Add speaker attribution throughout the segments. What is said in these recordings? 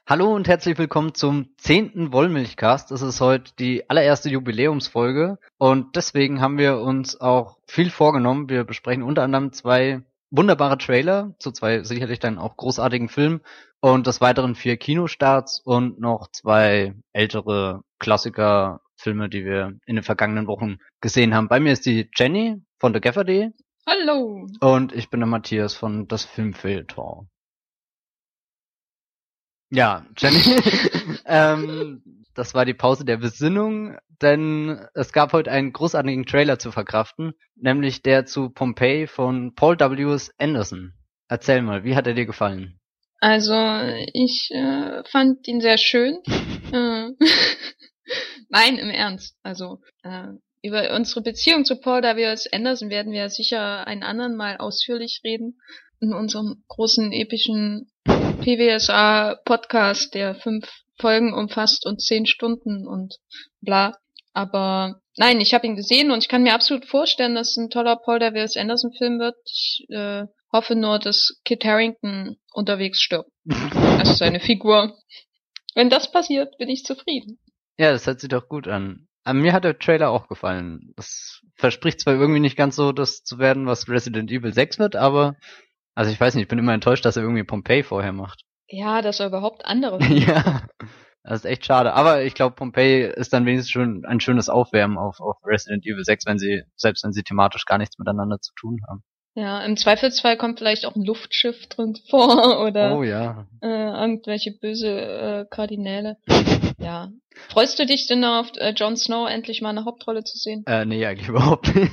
Speaker 1: Hallo und herzlich willkommen zum 10. Wollmilchcast. Das ist heute die allererste Jubiläumsfolge und deswegen haben wir uns auch viel vorgenommen. Wir besprechen unter anderem 2 wunderbare Trailer zu 2 sicherlich dann auch großartigen Filmen und des Weiteren 4 Kinostarts und noch 2 ältere Klassiker-Filme, die wir in den vergangenen Wochen gesehen haben. Bei mir ist die Jenny von TheGaffer.de.
Speaker 2: Hallo.
Speaker 1: Und ich bin der Matthias von das Filmfeuilleton. Ja, Jenny, das war die Pause der Besinnung, denn es gab heute einen großartigen Trailer zu verkraften, nämlich der zu Pompeii von Paul W. Anderson. Erzähl mal, wie hat er dir gefallen?
Speaker 2: Also, ich fand ihn sehr schön. Nein, im Ernst. Also, über unsere Beziehung zu Paul W. Anderson werden wir sicher einen anderen Mal ausführlich reden. In unserem großen, epischen PWSA-Podcast, der 5 Folgen umfasst und 10 Stunden und bla. Aber nein, ich habe ihn gesehen und ich kann mir absolut vorstellen, dass es ein toller Paul W. Anderson-Film wird. Ich hoffe nur, dass Kit Harington unterwegs stirbt. Also seine Figur. Wenn das passiert, bin ich zufrieden.
Speaker 1: Ja, das hört sich doch gut an. Mir hat der Trailer auch gefallen. Das verspricht zwar irgendwie nicht ganz so, das zu werden, was Resident Evil 6 wird, aber also ich weiß nicht, ich bin immer enttäuscht, dass er irgendwie Pompeii vorher macht.
Speaker 2: Ja, dass er überhaupt andere
Speaker 1: Ja, das ist echt schade. Aber ich glaube, Pompeii ist dann wenigstens schon ein schönes Aufwärmen auf Resident Evil 6, selbst wenn sie thematisch gar nichts miteinander zu tun haben.
Speaker 2: Ja, im Zweifelsfall kommt vielleicht auch ein Luftschiff drin vor oder
Speaker 1: Oh ja.
Speaker 2: irgendwelche böse Kardinäle. Ja. Freust du dich denn auf Jon Snow endlich mal eine Hauptrolle zu sehen?
Speaker 1: Nee, eigentlich überhaupt nicht.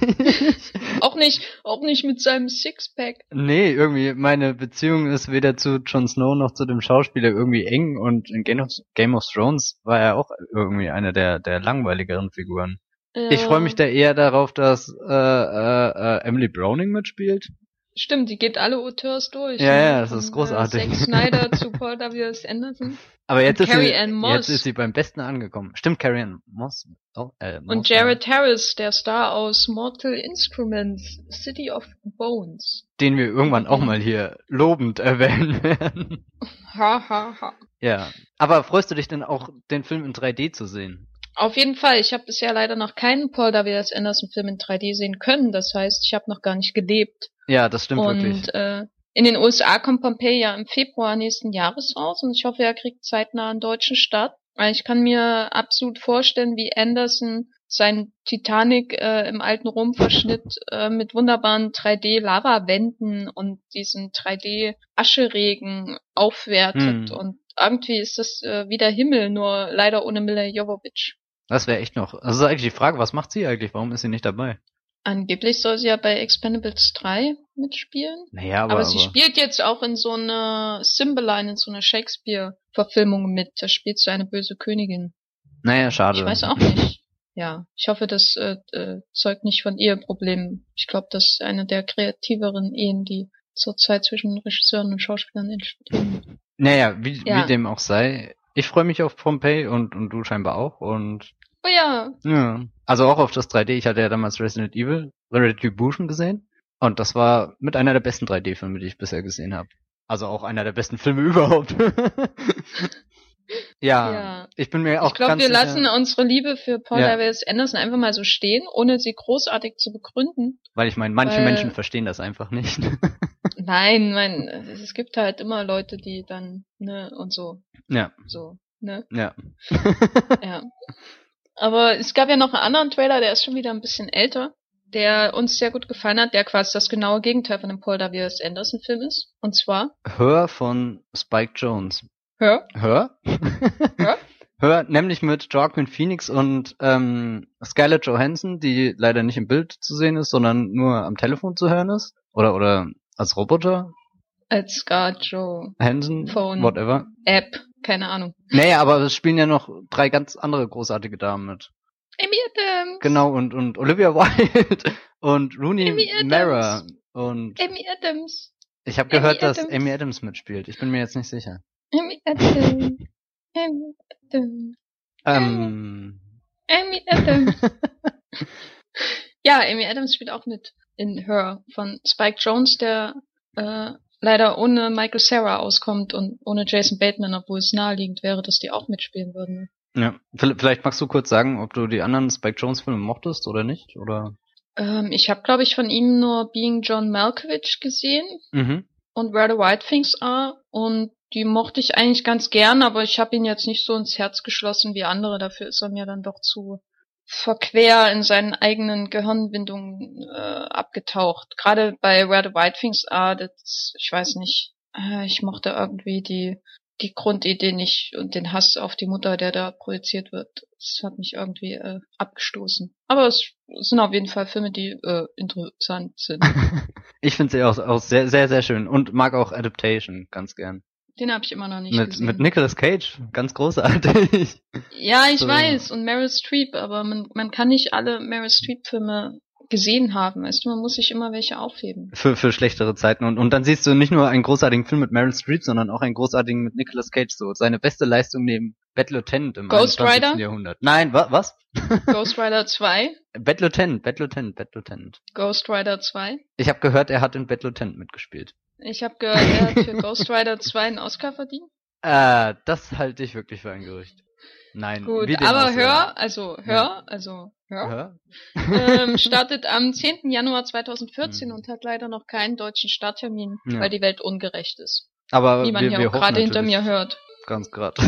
Speaker 2: Auch nicht mit seinem Sixpack.
Speaker 1: Nee, irgendwie meine Beziehung ist weder zu Jon Snow noch zu dem Schauspieler irgendwie eng und in Game of Thrones war er auch irgendwie eine der langweiligeren Figuren.
Speaker 2: Ja.
Speaker 1: Ich freue mich da eher darauf, dass Emily Browning mitspielt.
Speaker 2: Stimmt, die geht alle Auteurs durch.
Speaker 1: Ja, das ist großartig.
Speaker 2: Zack Snyder zu Paul W. Anderson.
Speaker 1: Aber jetzt ist
Speaker 2: Moss.
Speaker 1: sie beim Besten angekommen. Stimmt, Carrie Ann Moss.
Speaker 2: Moss. Und Jared Harris, der Star aus Mortal Instruments, City of Bones.
Speaker 1: Den wir irgendwann auch mal hier lobend erwähnen werden.
Speaker 2: Ha.
Speaker 1: Ja, aber freust du dich denn auch, den Film in 3D zu sehen?
Speaker 2: Auf jeden Fall. Ich habe bisher leider noch keinen Paul W. Anderson Film in 3D sehen können. Das heißt, ich habe noch gar nicht gelebt.
Speaker 1: Ja, das stimmt
Speaker 2: wirklich. Und in den USA kommt Pompeii ja im Februar nächsten Jahres raus und ich hoffe, er kriegt zeitnah einen deutschen Start. Weil ich kann mir absolut vorstellen, wie Anderson sein Titanic im alten Rom-Verschnitt mit wunderbaren 3D-Lava-Wänden und diesen 3D-Ascheregen aufwertet. Und irgendwie ist das wie der Himmel, nur leider ohne Milla Jovovich.
Speaker 1: Das wäre echt noch. Also ist eigentlich die Frage, was macht sie eigentlich? Warum ist sie nicht dabei?
Speaker 2: Angeblich soll sie ja bei Expendables 3 mitspielen.
Speaker 1: Naja,
Speaker 2: aber sie spielt jetzt auch in so einer Cymbeline, in so einer Shakespeare-Verfilmung mit. Da spielt sie eine böse Königin.
Speaker 1: Naja, schade.
Speaker 2: Ich weiß auch nicht. Ja, ich hoffe, das zeugt nicht von Eheproblemen. Ich glaube, das ist eine der kreativeren Ehen, die zurzeit zwischen Regisseuren und Schauspielern entstehen.
Speaker 1: Naja, wie dem auch sei. Ich freue mich auf Pompeii und du scheinbar auch und
Speaker 2: oh ja.
Speaker 1: Ja. Also auch auf das 3D. Ich hatte ja damals Resident Evil Retribution gesehen. Und das war mit einer der besten 3D-Filme, die ich bisher gesehen habe. Also auch einer der besten Filme überhaupt. Ja, ich bin mir auch ganz sicher.
Speaker 2: Ich glaube, wir lassen unsere Liebe für Paul W. Anderson einfach mal so stehen, ohne sie großartig zu begründen.
Speaker 1: Weil ich meine, manche Menschen verstehen das einfach nicht.
Speaker 2: Nein, es gibt halt immer Leute, die dann, ne, und so.
Speaker 1: Ja.
Speaker 2: So, ne?
Speaker 1: Ja.
Speaker 2: Ja. Aber es gab ja noch einen anderen Trailer, der ist schon wieder ein bisschen älter, der uns sehr gut gefallen hat, der quasi das genaue Gegenteil von dem Paul W. Anderson Film ist. Und zwar
Speaker 1: Her von Spike Jonze.
Speaker 2: Her?
Speaker 1: Her, nämlich mit Joaquin Phoenix und Scarlett Johansson, die leider nicht im Bild zu sehen ist, sondern nur am Telefon zu hören ist. Oder als Roboter.
Speaker 2: Als Scarlett Johansson.
Speaker 1: Phone. Whatever.
Speaker 2: App. Keine Ahnung.
Speaker 1: Naja, aber es spielen ja noch 3 ganz andere großartige Damen mit.
Speaker 2: Amy Adams.
Speaker 1: Genau, und Olivia Wilde und Rooney Mara und
Speaker 2: Amy Adams.
Speaker 1: Ich habe gehört, dass Amy Adams mitspielt. Ich bin mir jetzt nicht sicher.
Speaker 2: Amy Adams. Amy Adams. Amy Adams. Ja, Amy Adams spielt auch mit in Her von Spike Jonze, der leider ohne Michael Cera auskommt und ohne Jason Bateman, obwohl es naheliegend wäre, dass die auch mitspielen würden.
Speaker 1: Ja, vielleicht magst du kurz sagen, ob du die anderen Spike Jonze Filme mochtest oder nicht, oder?
Speaker 2: Ich habe, glaube ich, von ihm nur Being John Malkovich gesehen und Where the Wild Things Are und die mochte ich eigentlich ganz gern, aber ich habe ihn jetzt nicht so ins Herz geschlossen wie andere. Dafür ist er mir dann doch zu verquer in seinen eigenen Gehirnwindungen abgetaucht. Gerade bei Where the Wild Things Are, ich weiß nicht, ich mochte irgendwie die Grundidee nicht und den Hass auf die Mutter, der da projiziert wird. Das hat mich irgendwie abgestoßen. Aber es sind auf jeden Fall Filme, die interessant sind.
Speaker 1: Ich finde sie auch sehr, sehr, sehr schön und mag auch Adaptation ganz gern.
Speaker 2: Den habe ich immer noch nicht gesehen.
Speaker 1: Mit Nicolas Cage, ganz großartig.
Speaker 2: Ja, ich weiß, und Meryl Streep, aber man kann nicht alle Meryl Streep-Filme gesehen haben, weißt du, man muss sich immer welche aufheben.
Speaker 1: Für schlechtere Zeiten. Und dann siehst du nicht nur einen großartigen Film mit Meryl Streep, sondern auch einen großartigen mit Nicolas Cage, so seine beste Leistung neben Bad Lieutenant im
Speaker 2: Ghost
Speaker 1: 21.
Speaker 2: Rider?
Speaker 1: Jahrhundert. Nein, was?
Speaker 2: Ghost Rider 2?
Speaker 1: Bad Lieutenant.
Speaker 2: Ghost Rider 2?
Speaker 1: Ich habe gehört, er hat in Bad Lieutenant mitgespielt.
Speaker 2: Ich habe gehört, er hat für Ghost Rider 2 einen Oscar verdient.
Speaker 1: Das halte ich wirklich für ein Gerücht. Nein.
Speaker 2: Gut, aber Hör startet am 10. Januar 2014 und hat leider noch keinen deutschen Starttermin, weil die Welt ungerecht ist.
Speaker 1: Aber
Speaker 2: wie man hier auch gerade hinter mir hört.
Speaker 1: Ganz gerade.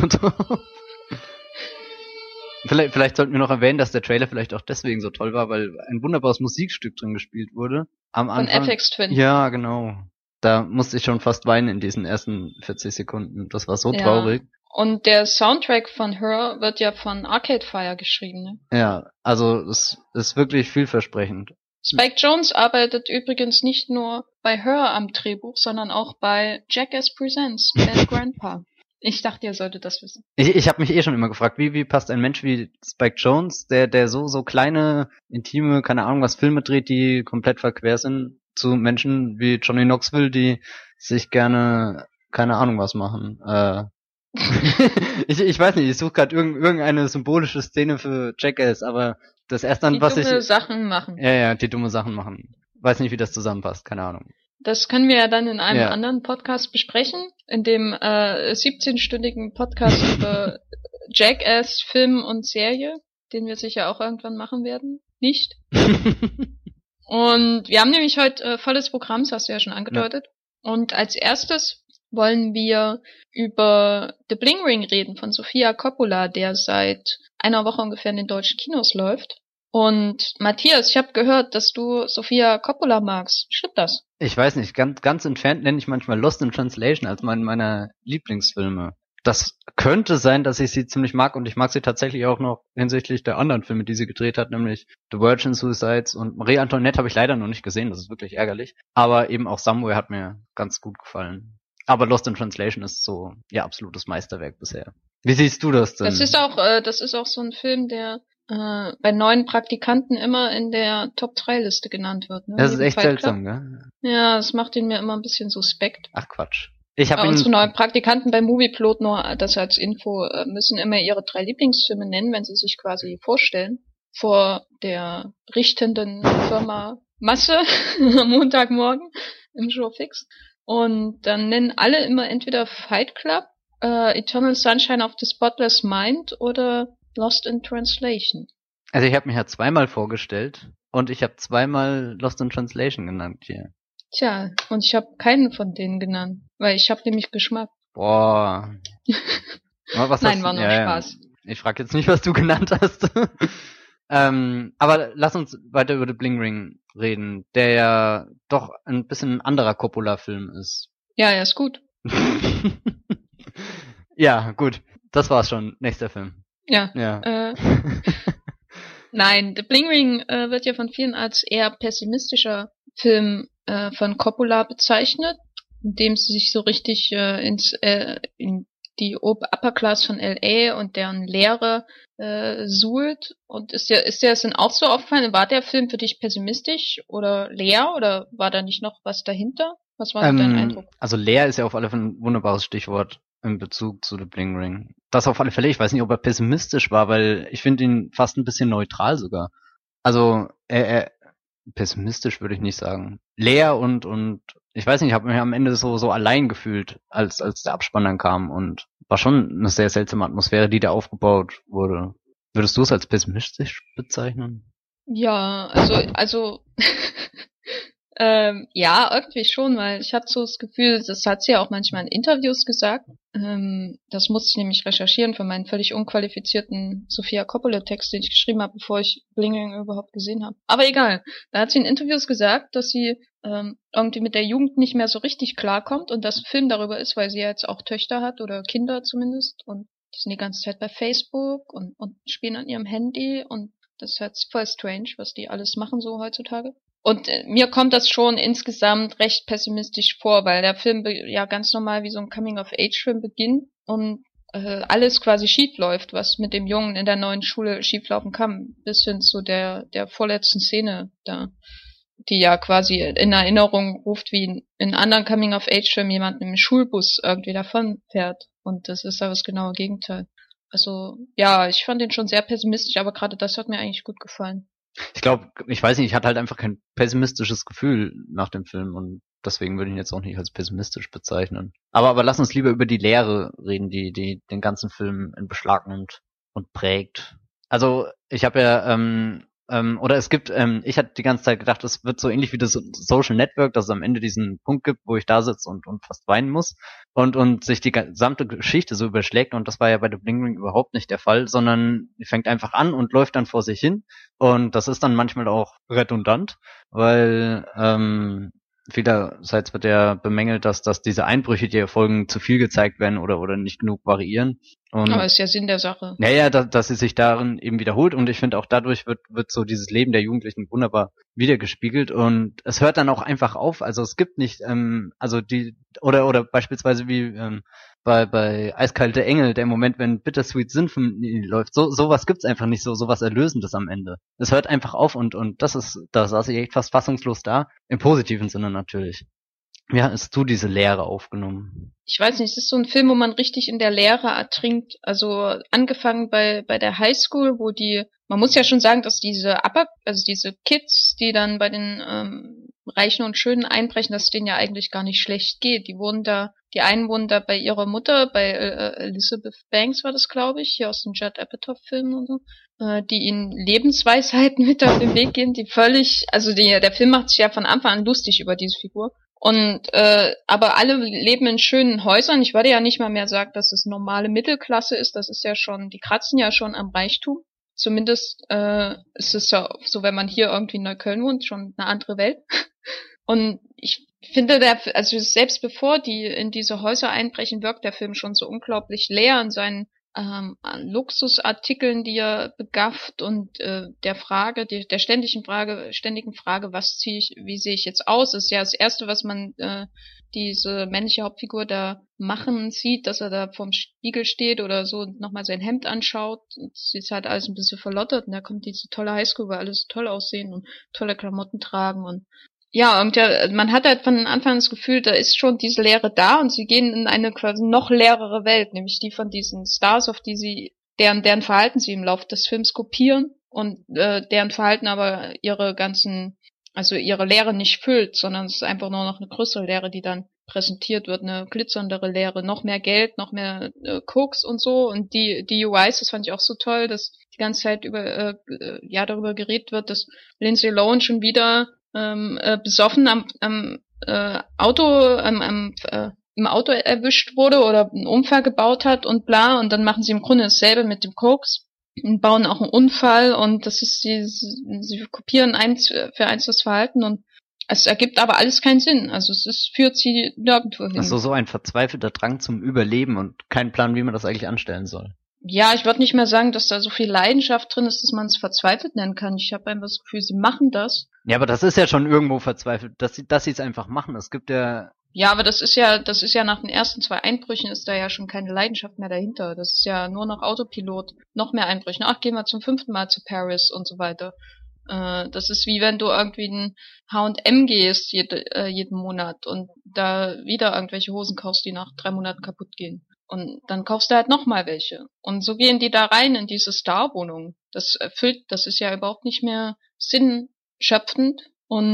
Speaker 1: Vielleicht sollten wir noch erwähnen, dass der Trailer vielleicht auch deswegen so toll war, weil ein wunderbares Musikstück drin gespielt wurde. Am Anfang.
Speaker 2: Von FX Twin.
Speaker 1: Ja, genau. Da musste ich schon fast weinen in diesen ersten 40 Sekunden. Das war so traurig.
Speaker 2: Und der Soundtrack von Her wird ja von Arcade Fire geschrieben, ne?
Speaker 1: Ja, also es ist wirklich vielversprechend.
Speaker 2: Spike Jonze arbeitet übrigens nicht nur bei Her am Drehbuch, sondern auch bei Jackass Presents, Bad Grandpa. Ich dachte, ihr solltet das wissen.
Speaker 1: Ich habe mich schon immer gefragt, wie passt ein Mensch wie Spike Jonze, der so kleine, intime, keine Ahnung was Filme dreht, die komplett verquer sind, zu Menschen wie Johnny Knoxville, die sich gerne, keine Ahnung was machen. Ich weiß nicht, ich suche gerade irgendeine symbolische Szene für Jackass, aber das erste dann, was ich...
Speaker 2: Die dumme Sachen machen.
Speaker 1: Ja, die dumme Sachen machen. Weiß nicht, wie das zusammenpasst, keine Ahnung.
Speaker 2: Das können wir ja dann in einem anderen Podcast besprechen, in dem 17-stündigen Podcast über Jackass, Film und Serie, den wir sicher auch irgendwann machen werden. Nicht? Und wir haben nämlich heute volles Programm, das hast du ja schon angedeutet. Ja. Und als erstes wollen wir über The Bling Ring reden von Sofia Coppola, der seit einer Woche ungefähr in den deutschen Kinos läuft. Und Matthias, ich habe gehört, dass du Sofia Coppola magst. Stimmt das?
Speaker 1: Ich weiß nicht, ganz entfernt nenne ich manchmal Lost in Translation als meiner Lieblingsfilme. Das könnte sein, dass ich sie ziemlich mag und ich mag sie tatsächlich auch noch hinsichtlich der anderen Filme, die sie gedreht hat, nämlich The Virgin Suicides und Marie Antoinette habe ich leider noch nicht gesehen, das ist wirklich ärgerlich. Aber eben auch Somewhere hat mir ganz gut gefallen. Aber Lost in Translation ist so ihr absolutes Meisterwerk bisher. Wie siehst du das denn?
Speaker 2: Das ist auch so ein Film, der bei neuen Praktikanten immer in der Top-3-Liste genannt wird. Ne?
Speaker 1: Das ist echt seltsam, gell?
Speaker 2: Ja, das macht ihn mir immer ein bisschen suspekt.
Speaker 1: Ach Quatsch.
Speaker 2: Unsere neuen Praktikanten bei Movieplot, nur das als Info, müssen immer ihre 3 Lieblingsfilme nennen, wenn sie sich quasi vorstellen, vor der richtenden Firma Masse am Montagmorgen im Showfix. Und dann nennen alle immer entweder Fight Club, Eternal Sunshine of the Spotless Mind oder Lost in Translation.
Speaker 1: Also ich habe mich ja zweimal vorgestellt und ich habe zweimal Lost in Translation genannt hier.
Speaker 2: Tja, und ich habe keinen von denen genannt, weil ich habe nämlich Geschmack.
Speaker 1: Boah.
Speaker 2: Nein, war nur Spaß.
Speaker 1: Ja. Ich frage jetzt nicht, was du genannt hast. Aber lass uns weiter über The Bling Ring reden, der ja doch ein bisschen ein anderer Coppola-Film ist.
Speaker 2: Ja, er ist gut.
Speaker 1: Ja, gut. Das war's schon. Nächster Film.
Speaker 2: Ja. Nein, The Bling Ring wird ja von vielen als eher pessimistischer Film von Coppola bezeichnet, in dem sie sich so richtig in die Upper Class von L.A. und deren Lehre suhlt. Und ist dir das denn auch so aufgefallen? War der Film für dich pessimistisch oder leer oder war da nicht noch was dahinter? Was war dein Eindruck?
Speaker 1: Also leer ist ja auf alle Fälle ein wunderbares Stichwort in Bezug zu The Bling Ring. Das auf alle Fälle. Ich weiß nicht, ob er pessimistisch war, weil ich finde ihn fast ein bisschen neutral sogar. Also pessimistisch würde ich nicht sagen. Leer und ich weiß nicht, ich habe mich am Ende so allein gefühlt, als der Abspann dann kam und war schon eine sehr seltsame Atmosphäre, die da aufgebaut wurde. Würdest du es als pessimistisch bezeichnen?
Speaker 2: Ja, also ja, irgendwie schon, weil ich hatte so das Gefühl, das hat sie ja auch manchmal in Interviews gesagt. Das musste ich nämlich recherchieren für meinen völlig unqualifizierten Sofia Coppola-Text, den ich geschrieben habe, bevor ich Bling Ring überhaupt gesehen habe. Aber egal. Da hat sie in Interviews gesagt, dass sie irgendwie mit der Jugend nicht mehr so richtig klarkommt und dass ein Film darüber ist, weil sie ja jetzt auch Töchter hat oder Kinder zumindest und die sind die ganze Zeit bei Facebook und spielen an ihrem Handy und das ist halt voll strange, was die alles machen so heutzutage. Und mir kommt das schon insgesamt recht pessimistisch vor, weil der Film ja ganz normal wie so ein Coming-of-Age-Film beginnt und alles quasi schief läuft, was mit dem Jungen in der neuen Schule schieflaufen kann, bis hin zu der vorletzten Szene da, die ja quasi in Erinnerung ruft, wie in anderen Coming-of-Age-Filmen jemand im Schulbus irgendwie davon fährt. Und das ist aber das genaue Gegenteil. Also ja, ich fand den schon sehr pessimistisch, aber gerade das hat mir eigentlich gut gefallen.
Speaker 1: Ich glaube, ich weiß nicht, ich hatte halt einfach kein pessimistisches Gefühl nach dem Film und deswegen würde ich ihn jetzt auch nicht als pessimistisch bezeichnen. Aber lass uns lieber über die Lehre reden, die den ganzen Film in Beschlag nimmt und prägt. Also ich habe ja oder es gibt, ich hatte die ganze Zeit gedacht, es wird so ähnlich wie das Social Network, dass es am Ende diesen Punkt gibt, wo ich da sitze und fast weinen muss und sich die gesamte Geschichte so überschlägt und das war ja bei The Bling Ring überhaupt nicht der Fall, sondern die fängt einfach an und läuft dann vor sich hin und das ist dann manchmal auch redundant, weil vielerseits wird ja bemängelt, dass diese Einbrüche, die erfolgen, zu viel gezeigt werden oder nicht genug variieren.
Speaker 2: Aber
Speaker 1: Und
Speaker 2: ist ja Sinn der Sache.
Speaker 1: naja, dass sie sich darin eben wiederholt und ich finde auch dadurch wird so dieses Leben der Jugendlichen wunderbar wiedergespiegelt und es hört dann auch einfach auf. Also es gibt nicht, also die oder beispielsweise wie bei Eiskalte Engel, der Moment, wenn Bittersweet Symphony läuft, sowas gibt's einfach nicht, sowas Erlösendes am Ende. Es hört einfach auf und da saß ich echt fast fassungslos da, im positiven Sinne natürlich. Wie hast du diese Lehre aufgenommen?
Speaker 2: Ich weiß nicht, es ist so ein Film, wo man richtig in der Lehre ertrinkt. Also angefangen bei der Highschool, wo man muss ja schon sagen, dass also diese Kids, die dann bei den Reichen und Schönen einbrechen, dass es denen ja eigentlich gar nicht schlecht geht. Die einen wohnen da bei ihrer Mutter, bei Elizabeth Banks war das, glaube ich, hier aus den Judd Apatow-Filmen und so, die ihnen Lebensweisheiten mit auf den Weg gehen, die völlig, also der Film macht sich ja von Anfang an lustig über diese Figur. Und aber alle leben in schönen Häusern. Ich würde ja nicht mal mehr sagen, dass es normale Mittelklasse ist. Das ist ja schon, die kratzen ja schon am Reichtum. Zumindest ist es ja so, wenn man hier irgendwie in Neukölln wohnt, schon eine andere Welt. Und ich finde, also selbst bevor die in diese Häuser einbrechen, wirkt der Film schon so unglaublich leer in seinen an Luxusartikeln, die er begafft und der ständigen Frage, wie sehe ich jetzt aus, ist ja das Erste, was man diese männliche Hauptfigur da machen sieht, dass er da vorm Spiegel steht oder so und nochmal sein Hemd anschaut. Und sie ist halt alles ein bisschen verlottert und da kommt diese tolle Highschool, wo alle so toll aussehen und tolle Klamotten tragen und ja, und man hat halt von Anfang an das Gefühl, da ist schon diese Leere da und sie gehen in eine quasi noch leerere Welt, nämlich die von diesen Stars, auf die deren Verhalten sie im Laufe des Films kopieren und deren Verhalten aber ihre Leere nicht füllt, sondern es ist einfach nur noch eine größere Leere, die dann präsentiert wird, eine glitzerndere Leere, noch mehr Geld, noch mehr Koks und so und die UIs, das fand ich auch so toll, dass die ganze Zeit darüber geredet wird, dass Lindsay Lohan schon wieder besoffen im Auto erwischt wurde oder einen Unfall gebaut hat und bla und dann machen sie im Grunde dasselbe mit dem Koks und bauen auch einen Unfall und das ist sie kopieren eins für eins das Verhalten und es ergibt aber alles keinen Sinn. Also führt sie nirgendwo hin.
Speaker 1: Also so ein verzweifelter Drang zum Überleben und kein Plan, wie man das eigentlich anstellen soll.
Speaker 2: Ja, ich würde nicht mehr sagen, dass da so viel Leidenschaft drin ist, dass man es verzweifelt nennen kann. Ich habe einfach das Gefühl, sie machen das.
Speaker 1: Ja, aber das ist ja schon irgendwo verzweifelt, dass sie es einfach machen. Es gibt ja.
Speaker 2: Ja, aber das ist ja nach den ersten 2 Einbrüchen ist da ja schon keine Leidenschaft mehr dahinter. Das ist ja nur noch Autopilot, noch mehr Einbrüche. Ach, gehen wir zum 5. Mal zu Paris und so weiter. Das ist wie wenn du irgendwie in H&M gehst jeden Monat und da wieder irgendwelche Hosen kaufst, die nach 3 Monaten kaputt gehen. Und dann kaufst du halt nochmal welche. Und so gehen die da rein in diese Starwohnung. Das ist ja überhaupt nicht mehr sinnschöpfend. Und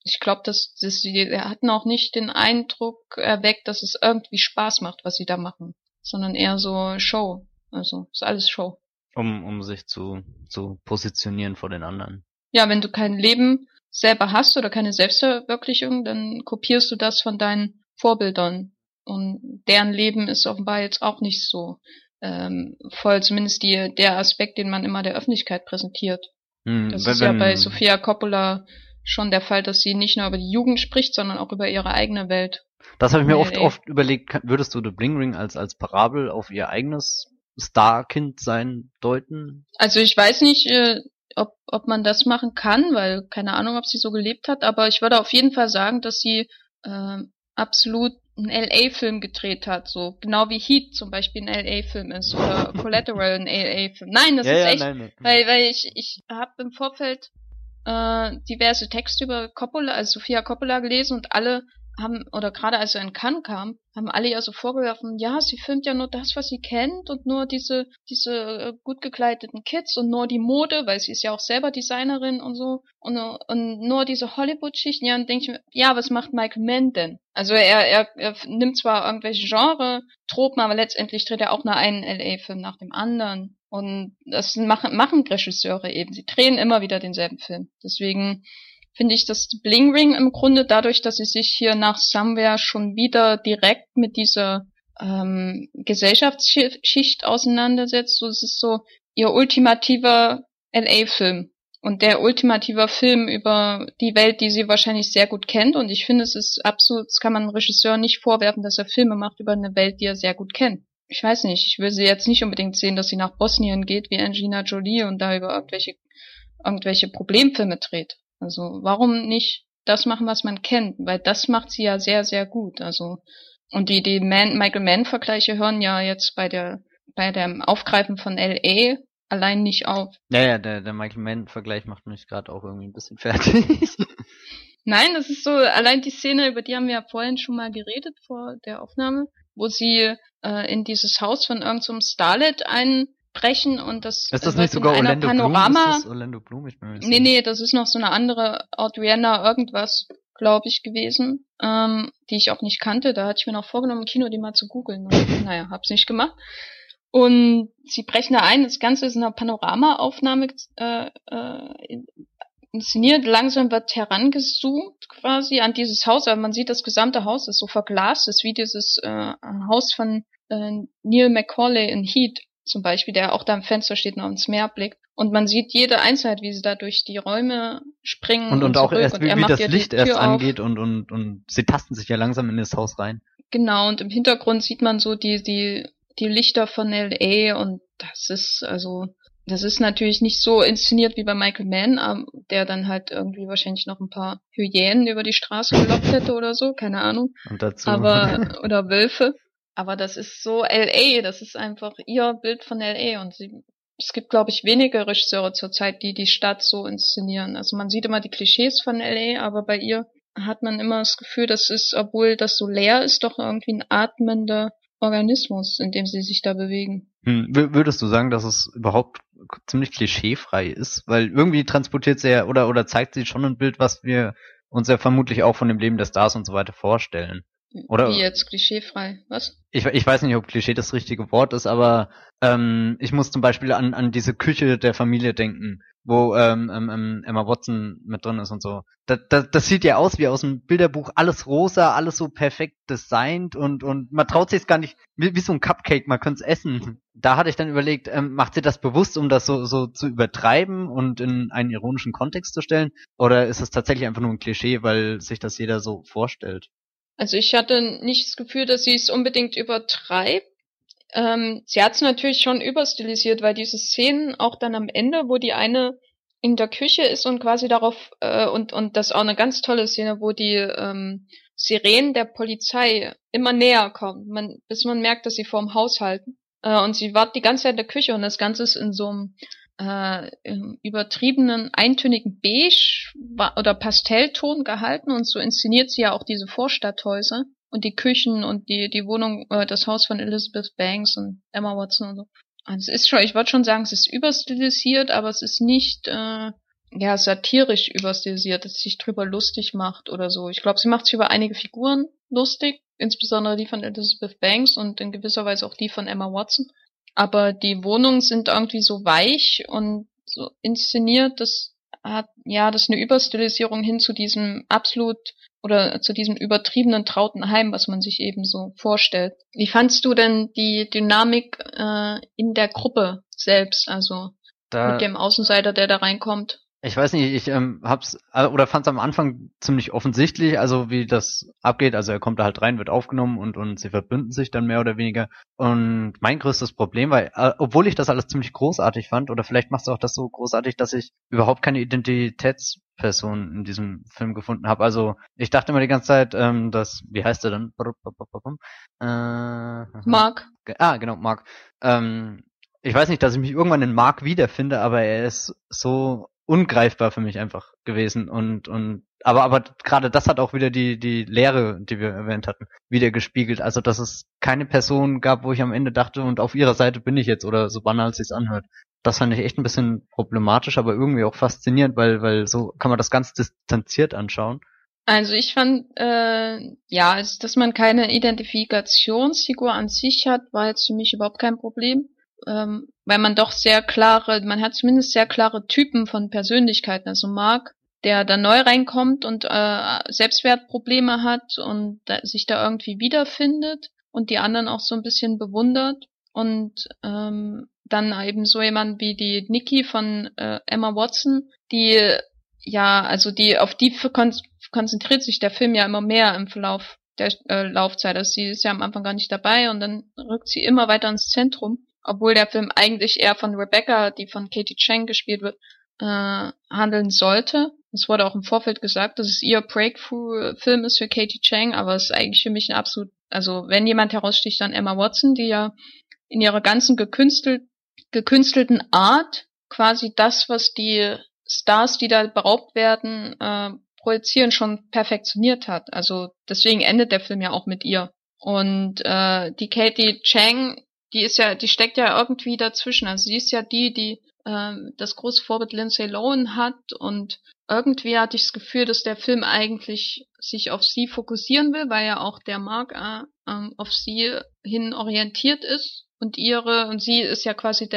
Speaker 2: Ich glaube, sie hatten auch nicht den Eindruck erweckt, dass es irgendwie Spaß macht, was sie da machen, sondern eher so Show. Also ist alles Show.
Speaker 1: Um sich zu positionieren vor den anderen.
Speaker 2: Ja, wenn du kein Leben selber hast oder keine Selbstverwirklichung, dann kopierst du das von deinen Vorbildern. Und deren Leben ist offenbar jetzt auch nicht so voll, zumindest der Aspekt, den man immer der Öffentlichkeit präsentiert. Das ist ja bei Sofia Coppola schon der Fall, dass sie nicht nur über die Jugend spricht, sondern auch über ihre eigene Welt.
Speaker 1: Das habe ich mir oft überlegt, würdest du The Bling Ring als Parabel auf ihr eigenes Star-Kind-Sein deuten?
Speaker 2: Also ich weiß nicht, ob man das machen kann, weil keine Ahnung, ob sie so gelebt hat, aber ich würde auf jeden Fall sagen, dass sie absolut einen LA-Film gedreht hat, so genau wie Heat zum Beispiel ein LA-Film ist oder Collateral ein LA-Film. Nein, das ist echt, nein. Weil ich habe im Vorfeld diverse Texte über Coppola, also Sofia Coppola gelesen und alle haben, oder gerade als er in Cannes kam, haben alle ja so vorgeworfen, ja, sie filmt ja nur das, was sie kennt und nur diese gut gekleideten Kids und nur die Mode, weil sie ist ja auch selber Designerin und so und nur diese Hollywood-Schichten. Ja, und denke ich mir, ja, was macht Michael Mann denn? Also er nimmt zwar irgendwelche Genre-Tropen, aber letztendlich dreht er auch nur einen LA-Film nach dem anderen. Und das machen Regisseure eben. Sie drehen immer wieder denselben Film. Deswegen finde ich, dass Bling Ring im Grunde dadurch, dass sie sich hier nach Somewhere schon wieder direkt mit dieser Gesellschaftsschicht auseinandersetzt, so es ist so ihr ultimativer LA-Film und der ultimative Film über die Welt, die sie wahrscheinlich sehr gut kennt. Und ich finde, es ist absolut, das kann man einem Regisseur nicht vorwerfen, dass er Filme macht über eine Welt, die er sehr gut kennt. Ich weiß nicht, ich will sie jetzt nicht unbedingt sehen, dass sie nach Bosnien geht wie Angelina Jolie und da über irgendwelche Problemfilme dreht. Also warum nicht das machen, was man kennt? Weil das macht sie ja sehr, sehr gut. Also und die Michael Mann-Vergleiche hören ja jetzt bei dem Aufgreifen von L.A. allein nicht auf.
Speaker 1: Ja, der Michael Mann-Vergleich macht mich gerade auch irgendwie ein bisschen fertig.
Speaker 2: Nein, das ist so, allein die Szene, über die haben wir ja vorhin schon mal geredet vor der Aufnahme, wo sie in dieses Haus von irgendeinem Starlet einbrechen und das
Speaker 1: ist das nicht sogar Orlando
Speaker 2: Panorama.
Speaker 1: Bloom? Ist das Orlando Bloom? Ich bin mir nicht
Speaker 2: sicher. Nee, das ist noch so eine andere Adriana irgendwas, glaube ich, gewesen, die ich auch nicht kannte. Da hatte ich mir noch vorgenommen, im Kino die mal zu googeln. Naja, hab's nicht gemacht. Und sie brechen da ein, das Ganze ist in einer Panorama-Aufnahme inszeniert, langsam wird herangezoomt quasi an dieses Haus, aber man sieht, das gesamte Haus ist so verglast, das ist wie dieses Haus von Neil McCauley in Heat zum Beispiel, der auch da am Fenster steht und aufs Meer blickt. Und man sieht jede Einzelheit, wie sie da durch die Räume springen.
Speaker 1: Und auch erst, wie das Licht erst angeht und sie tasten sich ja langsam in das Haus rein.
Speaker 2: Genau, und im Hintergrund sieht man so die Lichter von L.A. und das ist natürlich nicht so inszeniert wie bei Michael Mann, der dann halt irgendwie wahrscheinlich noch ein paar Hyänen über die Straße gelockt hätte oder so, keine Ahnung.
Speaker 1: Und dazu.
Speaker 2: Oder Wölfe. Aber das ist so L.A., das ist einfach ihr Bild von L.A. und es gibt, glaube ich, wenige Regisseure zurzeit, die die Stadt so inszenieren. Also man sieht immer die Klischees von L.A., aber bei ihr hat man immer das Gefühl, das ist, obwohl das so leer ist, doch irgendwie ein atmender Organismus, in dem sie sich da bewegen.
Speaker 1: Würdest du sagen, dass es überhaupt ziemlich klischeefrei ist? Weil irgendwie transportiert sie ja oder zeigt sie schon ein Bild, was wir uns ja vermutlich auch von dem Leben der Stars und so weiter vorstellen. Oder?
Speaker 2: Wie jetzt klischeefrei? Was?
Speaker 1: Ich weiß nicht, ob Klischee das richtige Wort ist, aber ich muss zum Beispiel an diese Küche der Familie denken, wo Emma Watson mit drin ist und so. Das sieht ja aus wie aus einem Bilderbuch, alles rosa, alles so perfekt designt und man traut sich es gar nicht, wie so ein Cupcake, man könnte es essen. Da hatte ich dann überlegt, macht sie das bewusst, um das so zu übertreiben und in einen ironischen Kontext zu stellen? Oder ist es tatsächlich einfach nur ein Klischee, weil sich das jeder so vorstellt?
Speaker 2: Also ich hatte nicht das Gefühl, dass sie es unbedingt übertreibt. Sie hat es natürlich schon überstilisiert, weil diese Szenen auch dann am Ende, wo die eine in der Küche ist und quasi darauf, und das ist auch eine ganz tolle Szene, wo die Sirenen der Polizei immer näher kommen, bis man merkt, dass sie vorm Haus halten. Und sie wartet die ganze Zeit in der Küche und das Ganze ist in so einem übertriebenen, eintönigen Beige oder Pastellton gehalten und so inszeniert sie ja auch diese Vorstadthäuser und die Küchen und die Wohnung, das Haus von Elizabeth Banks und Emma Watson und so. Also es ist schon, ich würde schon sagen, es ist überstilisiert, aber es ist nicht ja, satirisch überstilisiert, dass sie sich drüber lustig macht oder so. Ich glaube, sie macht sich über einige Figuren lustig, insbesondere die von Elizabeth Banks und in gewisser Weise auch die von Emma Watson. Aber die Wohnungen sind irgendwie so weich und so inszeniert, das ist eine Überstilisierung hin zu diesem absolut oder zu diesem übertriebenen trauten Heim, was man sich eben so vorstellt. Wie fandst du denn die Dynamik in der Gruppe selbst, also mit dem Außenseiter, der da reinkommt?
Speaker 1: Ich weiß nicht, ich hab's oder fand's am Anfang ziemlich offensichtlich, also wie das abgeht. Also er kommt da halt rein, wird aufgenommen und sie verbünden sich dann mehr oder weniger. Und mein größtes Problem war, obwohl ich das alles ziemlich großartig fand, oder vielleicht macht's auch das so großartig, dass ich überhaupt keine Identitätsperson in diesem Film gefunden habe. Also ich dachte immer die ganze Zeit, wie heißt er dann?
Speaker 2: Mark.
Speaker 1: Genau, Mark. Ich weiß nicht, dass ich mich irgendwann in Mark wiederfinde, aber er ist so ungreifbar für mich einfach gewesen aber gerade das hat auch wieder die Lehre, die wir erwähnt hatten, wieder gespiegelt. Also dass es keine Person gab, wo ich am Ende dachte, und auf ihrer Seite bin ich jetzt, oder so banal es sich anhört. Das fand ich echt ein bisschen problematisch, aber irgendwie auch faszinierend, weil so kann man das ganz distanziert anschauen.
Speaker 2: Also ich fand, also, dass man keine Identifikationsfigur an sich hat, war jetzt für mich überhaupt kein Problem. Weil man doch man hat zumindest sehr klare Typen von Persönlichkeiten. Also Mark, der da neu reinkommt und Selbstwertprobleme hat und sich da irgendwie wiederfindet und die anderen auch so ein bisschen bewundert. Und dann eben so jemand wie die Nikki von Emma Watson, auf die konzentriert sich der Film ja immer mehr im Verlauf der Laufzeit. Also sie ist ja am Anfang gar nicht dabei und dann rückt sie immer weiter ins Zentrum. Obwohl der Film eigentlich eher von Rebecca, die von Katie Chang gespielt wird, handeln sollte. Es wurde auch im Vorfeld gesagt, dass es ihr Breakthrough-Film ist für Katie Chang, aber es ist eigentlich für mich also wenn jemand heraussticht, dann Emma Watson, die ja in ihrer ganzen gekünstelten Art quasi das, was die Stars, die da beraubt werden, projizieren, schon perfektioniert hat. Also deswegen endet der Film ja auch mit ihr. Und die Katie Chang, die steckt ja irgendwie dazwischen. Also sie ist ja die das große Vorbild Lindsay Lohan hat und irgendwie hatte ich das Gefühl, dass der Film eigentlich sich auf sie fokussieren will, weil ja auch der Mark auf sie hin orientiert ist und sie ist ja quasi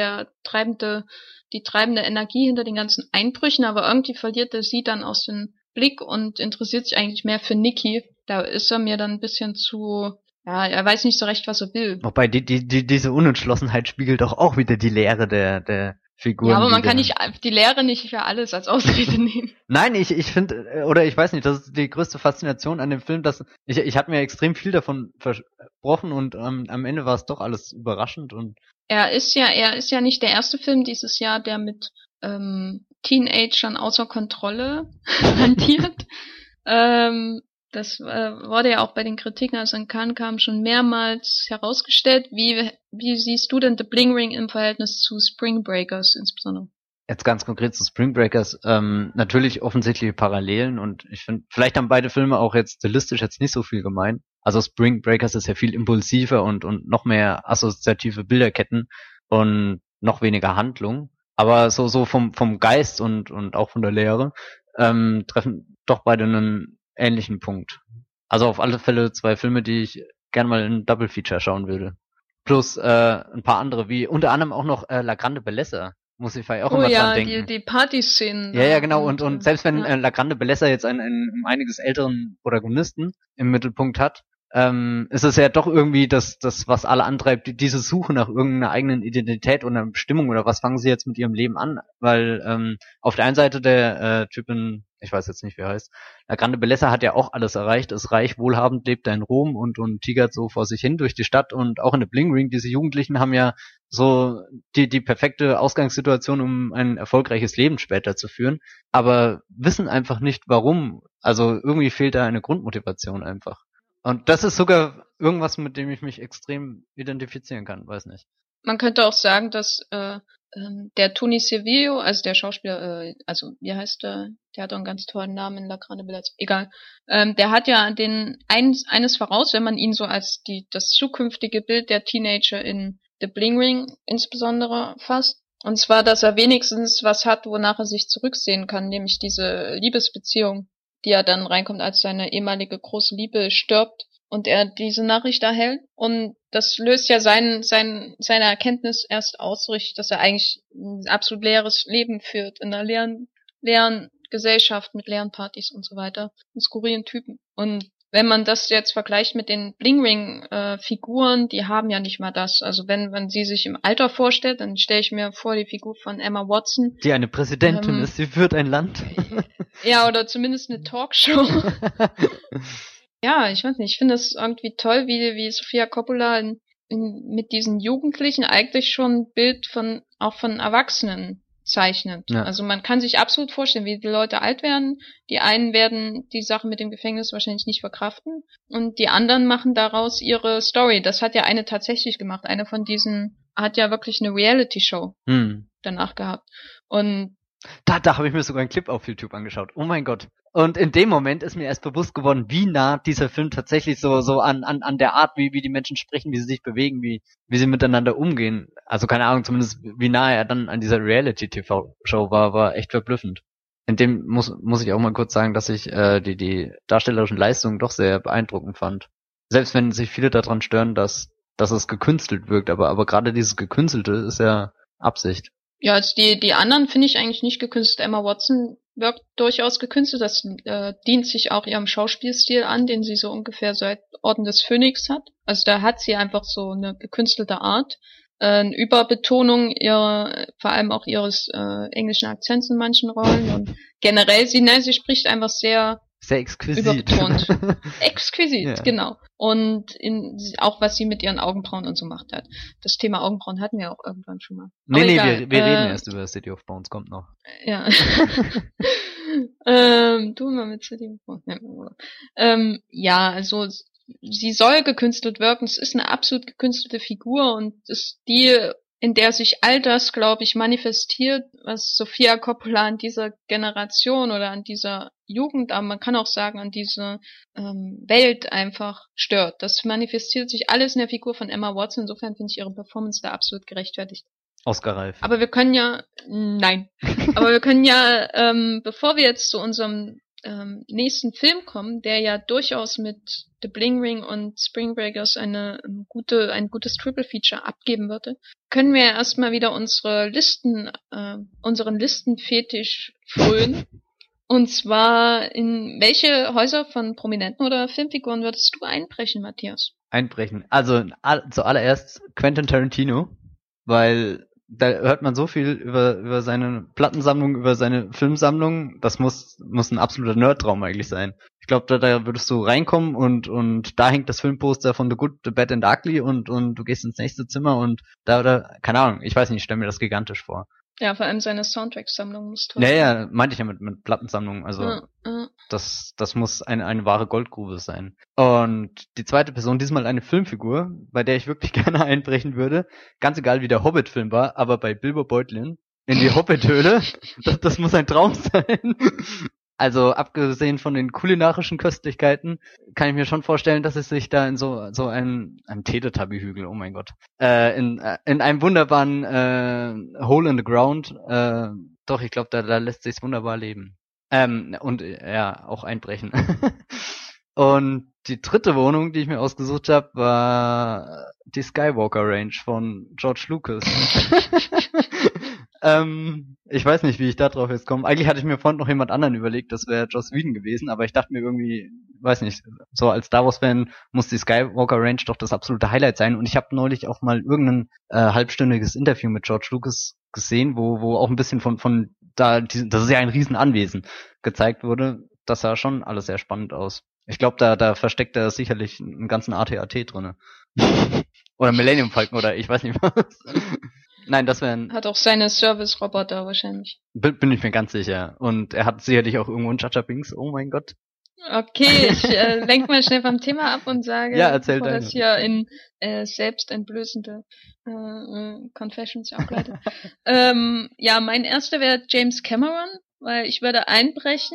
Speaker 2: die treibende Energie hinter den ganzen Einbrüchen, aber irgendwie verliert er sie dann aus dem Blick und interessiert sich eigentlich mehr für Nikki. Da ist er mir dann ein bisschen er weiß nicht so recht, was er will.
Speaker 1: Wobei diese Unentschlossenheit spiegelt doch auch wieder die Lehre der Figuren.
Speaker 2: Ja, aber man kann nicht die Lehre nicht für alles als Ausrede nehmen.
Speaker 1: Nein, ich finde, oder ich weiß nicht, das ist die größte Faszination an dem Film, dass ich hatte mir extrem viel davon versprochen und am Ende war es doch alles überraschend und
Speaker 2: er ist ja nicht der erste Film dieses Jahr, der mit Teenagern außer Kontrolle hantiert. Das wurde ja auch bei den Kritiken, als in Cannes kam, schon mehrmals herausgestellt. Wie siehst du denn The Bling Ring im Verhältnis zu Spring Breakers insbesondere?
Speaker 1: Jetzt ganz konkret zu Spring Breakers, natürlich offensichtliche Parallelen und ich finde, vielleicht haben beide Filme auch jetzt stilistisch jetzt nicht so viel gemein. Also Spring Breakers ist ja viel impulsiver und noch mehr assoziative Bilderketten und noch weniger Handlung. Aber so vom Geist und auch von der Lehre treffen doch beide einen ähnlichen Punkt. Also auf alle Fälle zwei Filme, die ich gerne mal in Double Feature schauen würde. Plus ein paar andere, wie unter anderem auch noch La Grande Bellezza. Muss ich vielleicht auch immer dran denken.
Speaker 2: Die Partyszenen.
Speaker 1: Ja, genau. Und selbst wenn La Grande Bellezza jetzt einen einiges älteren Protagonisten im Mittelpunkt hat, ist es ja doch irgendwie das, was alle antreibt, diese Suche nach irgendeiner eigenen Identität oder Bestimmung oder was fangen sie jetzt mit ihrem Leben an? Weil auf der einen Seite der Typin, ich weiß jetzt nicht, wie er heißt, La Grande Bellezza hat ja auch alles erreicht, ist reich, wohlhabend, lebt da in Rom und tigert so vor sich hin durch die Stadt und auch in der Bling Ring, diese Jugendlichen haben ja so die perfekte Ausgangssituation, um ein erfolgreiches Leben später zu führen, aber wissen einfach nicht warum. Also irgendwie fehlt da eine Grundmotivation einfach. Und das ist sogar irgendwas, mit dem ich mich extrem identifizieren kann, weiß nicht.
Speaker 2: Man könnte auch sagen, dass der Tony Servillo, also der Schauspieler, wie heißt der? Der hat doch einen ganz tollen Namen in La Grande Bellezza. Egal. Der hat ja eines voraus, wenn man ihn so als das zukünftige Bild der Teenager in The Bling Ring insbesondere fasst. Und zwar, dass er wenigstens was hat, wonach er sich zurücksehen kann, nämlich diese Liebesbeziehung, die ja dann reinkommt, als seine ehemalige große Liebe stirbt und er diese Nachricht erhält. Und das löst ja seine Erkenntnis erst aus, so richtig, dass er eigentlich ein absolut leeres Leben führt in einer leeren Gesellschaft mit leeren Partys und so weiter, und skurrilen Typen. Und wenn man das jetzt vergleicht mit den Bling-Ring-Figuren, die haben ja nicht mal das. Also wenn man sie sich im Alter vorstellt, dann stelle ich mir vor, die Figur von Emma Watson.
Speaker 1: Die eine Präsidentin ist, sie führt ein Land.
Speaker 2: Ja, oder zumindest eine Talkshow. Ja, ich weiß nicht, ich finde es irgendwie toll, wie Sofia Coppola mit diesen Jugendlichen eigentlich schon ein Bild auch von Erwachsenen zeichnet.
Speaker 1: Ja.
Speaker 2: Also man kann sich absolut vorstellen, wie die Leute alt werden. Die einen werden die Sache mit dem Gefängnis wahrscheinlich nicht verkraften und die anderen machen daraus ihre Story. Das hat ja eine tatsächlich gemacht. Eine von diesen hat ja wirklich eine Reality-Show danach gehabt. Und
Speaker 1: da habe ich mir sogar einen Clip auf YouTube angeschaut. Oh mein Gott. Und in dem Moment ist mir erst bewusst geworden, wie nah dieser Film tatsächlich so an der Art, wie die Menschen sprechen, wie sie sich bewegen, wie sie miteinander umgehen. Also keine Ahnung, zumindest wie nah er dann an dieser Reality-TV-Show war echt verblüffend. In dem muss ich auch mal kurz sagen, dass ich die darstellerischen Leistungen doch sehr beeindruckend fand. Selbst wenn sich viele daran stören, dass es gekünstelt wirkt, aber gerade dieses Gekünstelte ist ja Absicht.
Speaker 2: Ja, also die anderen finde ich eigentlich nicht gekünstelt. Emma Watson wirkt durchaus gekünstelt. Das dient sich auch ihrem Schauspielstil an, den sie so ungefähr seit Orden des Phönix hat. Also da hat sie einfach so eine gekünstelte Art. Eine Überbetonung vor allem auch ihres englischen Akzents in manchen Rollen. Und generell, sie spricht einfach sehr
Speaker 1: exquisit.
Speaker 2: Überbetont. Exquisit,
Speaker 1: ja.
Speaker 2: Genau. Und auch was sie mit ihren Augenbrauen und so macht hat. Das Thema Augenbrauen hatten wir auch irgendwann schon mal.
Speaker 1: Nee, wir reden erst über City of Bones, kommt noch.
Speaker 2: Ja. Du mal mit City of Bones. Ja, also sie soll gekünstelt wirken. Es ist eine absolut gekünstelte Figur und ist die, in der sich all das, glaube ich, manifestiert, was Sofia Coppola an dieser Generation oder an dieser Jugend, aber man kann auch sagen, an dieser Welt einfach stört. Das manifestiert sich alles in der Figur von Emma Watson. Insofern finde ich ihre Performance da absolut gerechtfertigt.
Speaker 1: Oscar-reif.
Speaker 2: Aber wir können ja, nein, aber wir können ja, bevor wir jetzt zu unserem nächsten Film kommen, der ja durchaus mit The Bling Ring und Spring Breakers ein gutes Triple Feature abgeben würde, können wir erstmal wieder unseren Listenfetisch frönen. Und zwar, in welche Häuser von Prominenten oder Filmfiguren würdest du einbrechen, Matthias?
Speaker 1: Einbrechen. Also zuallererst Quentin Tarantino, weil da hört man so viel über seine Plattensammlung, über seine Filmsammlung. Das muss ein absoluter Nerdtraum eigentlich sein. Ich glaube, da würdest du reinkommen und da hängt das Filmposter von The Good, The Bad and Ugly und du gehst ins nächste Zimmer und da keine Ahnung, ich weiß nicht, ich stelle mir das gigantisch vor.
Speaker 2: Ja, vor allem seine Soundtrack-Sammlung muss toll
Speaker 1: sein. Ja, meinte ich ja mit Plattensammlung. Also
Speaker 2: ja.
Speaker 1: Das muss eine wahre Goldgrube sein. Und die zweite Person, diesmal eine Filmfigur, bei der ich wirklich gerne einbrechen würde, ganz egal wie der Hobbit-Film war, aber bei Bilbo Beutlin in die Hobbit-Höhle, das muss ein Traum sein. Also abgesehen von den kulinarischen Köstlichkeiten kann ich mir schon vorstellen, dass es sich da in so einem Teletubby-Hügel, oh mein Gott, in einem wunderbaren Hole in the Ground, doch, ich glaube, da lässt sich's wunderbar leben. Und ja, auch einbrechen. Und die dritte Wohnung, die ich mir ausgesucht habe, war die Skywalker Range von George Lucas. Ich weiß nicht, wie ich da drauf jetzt komme. Eigentlich hatte ich mir vorhin noch jemand anderen überlegt, das wäre Joss Whedon gewesen, aber ich dachte mir irgendwie, weiß nicht, so als Star Wars Fan muss die Skywalker Range doch das absolute Highlight sein. Und ich habe neulich auch mal irgendein halbstündiges Interview mit George Lucas gesehen, wo auch ein bisschen von da, das ist ja ein Riesenanwesen, gezeigt wurde. Das sah schon alles sehr spannend aus. Ich glaube, da versteckt er sicherlich einen ganzen AT-AT drinne. Oder Millennium Falcon oder ich weiß nicht was. Nein, das wären...
Speaker 2: Hat auch seine Service-Roboter wahrscheinlich.
Speaker 1: Bin ich mir ganz sicher. Und er hat sicherlich auch irgendwo einen Jaja Binks. Oh mein Gott.
Speaker 2: Okay, ich lenk mal schnell vom Thema ab und sage,
Speaker 1: ja, erzähl
Speaker 2: bevor das hier in selbstentblößende Confessions ableitet. Ja, mein erster wäre James Cameron, weil ich würde einbrechen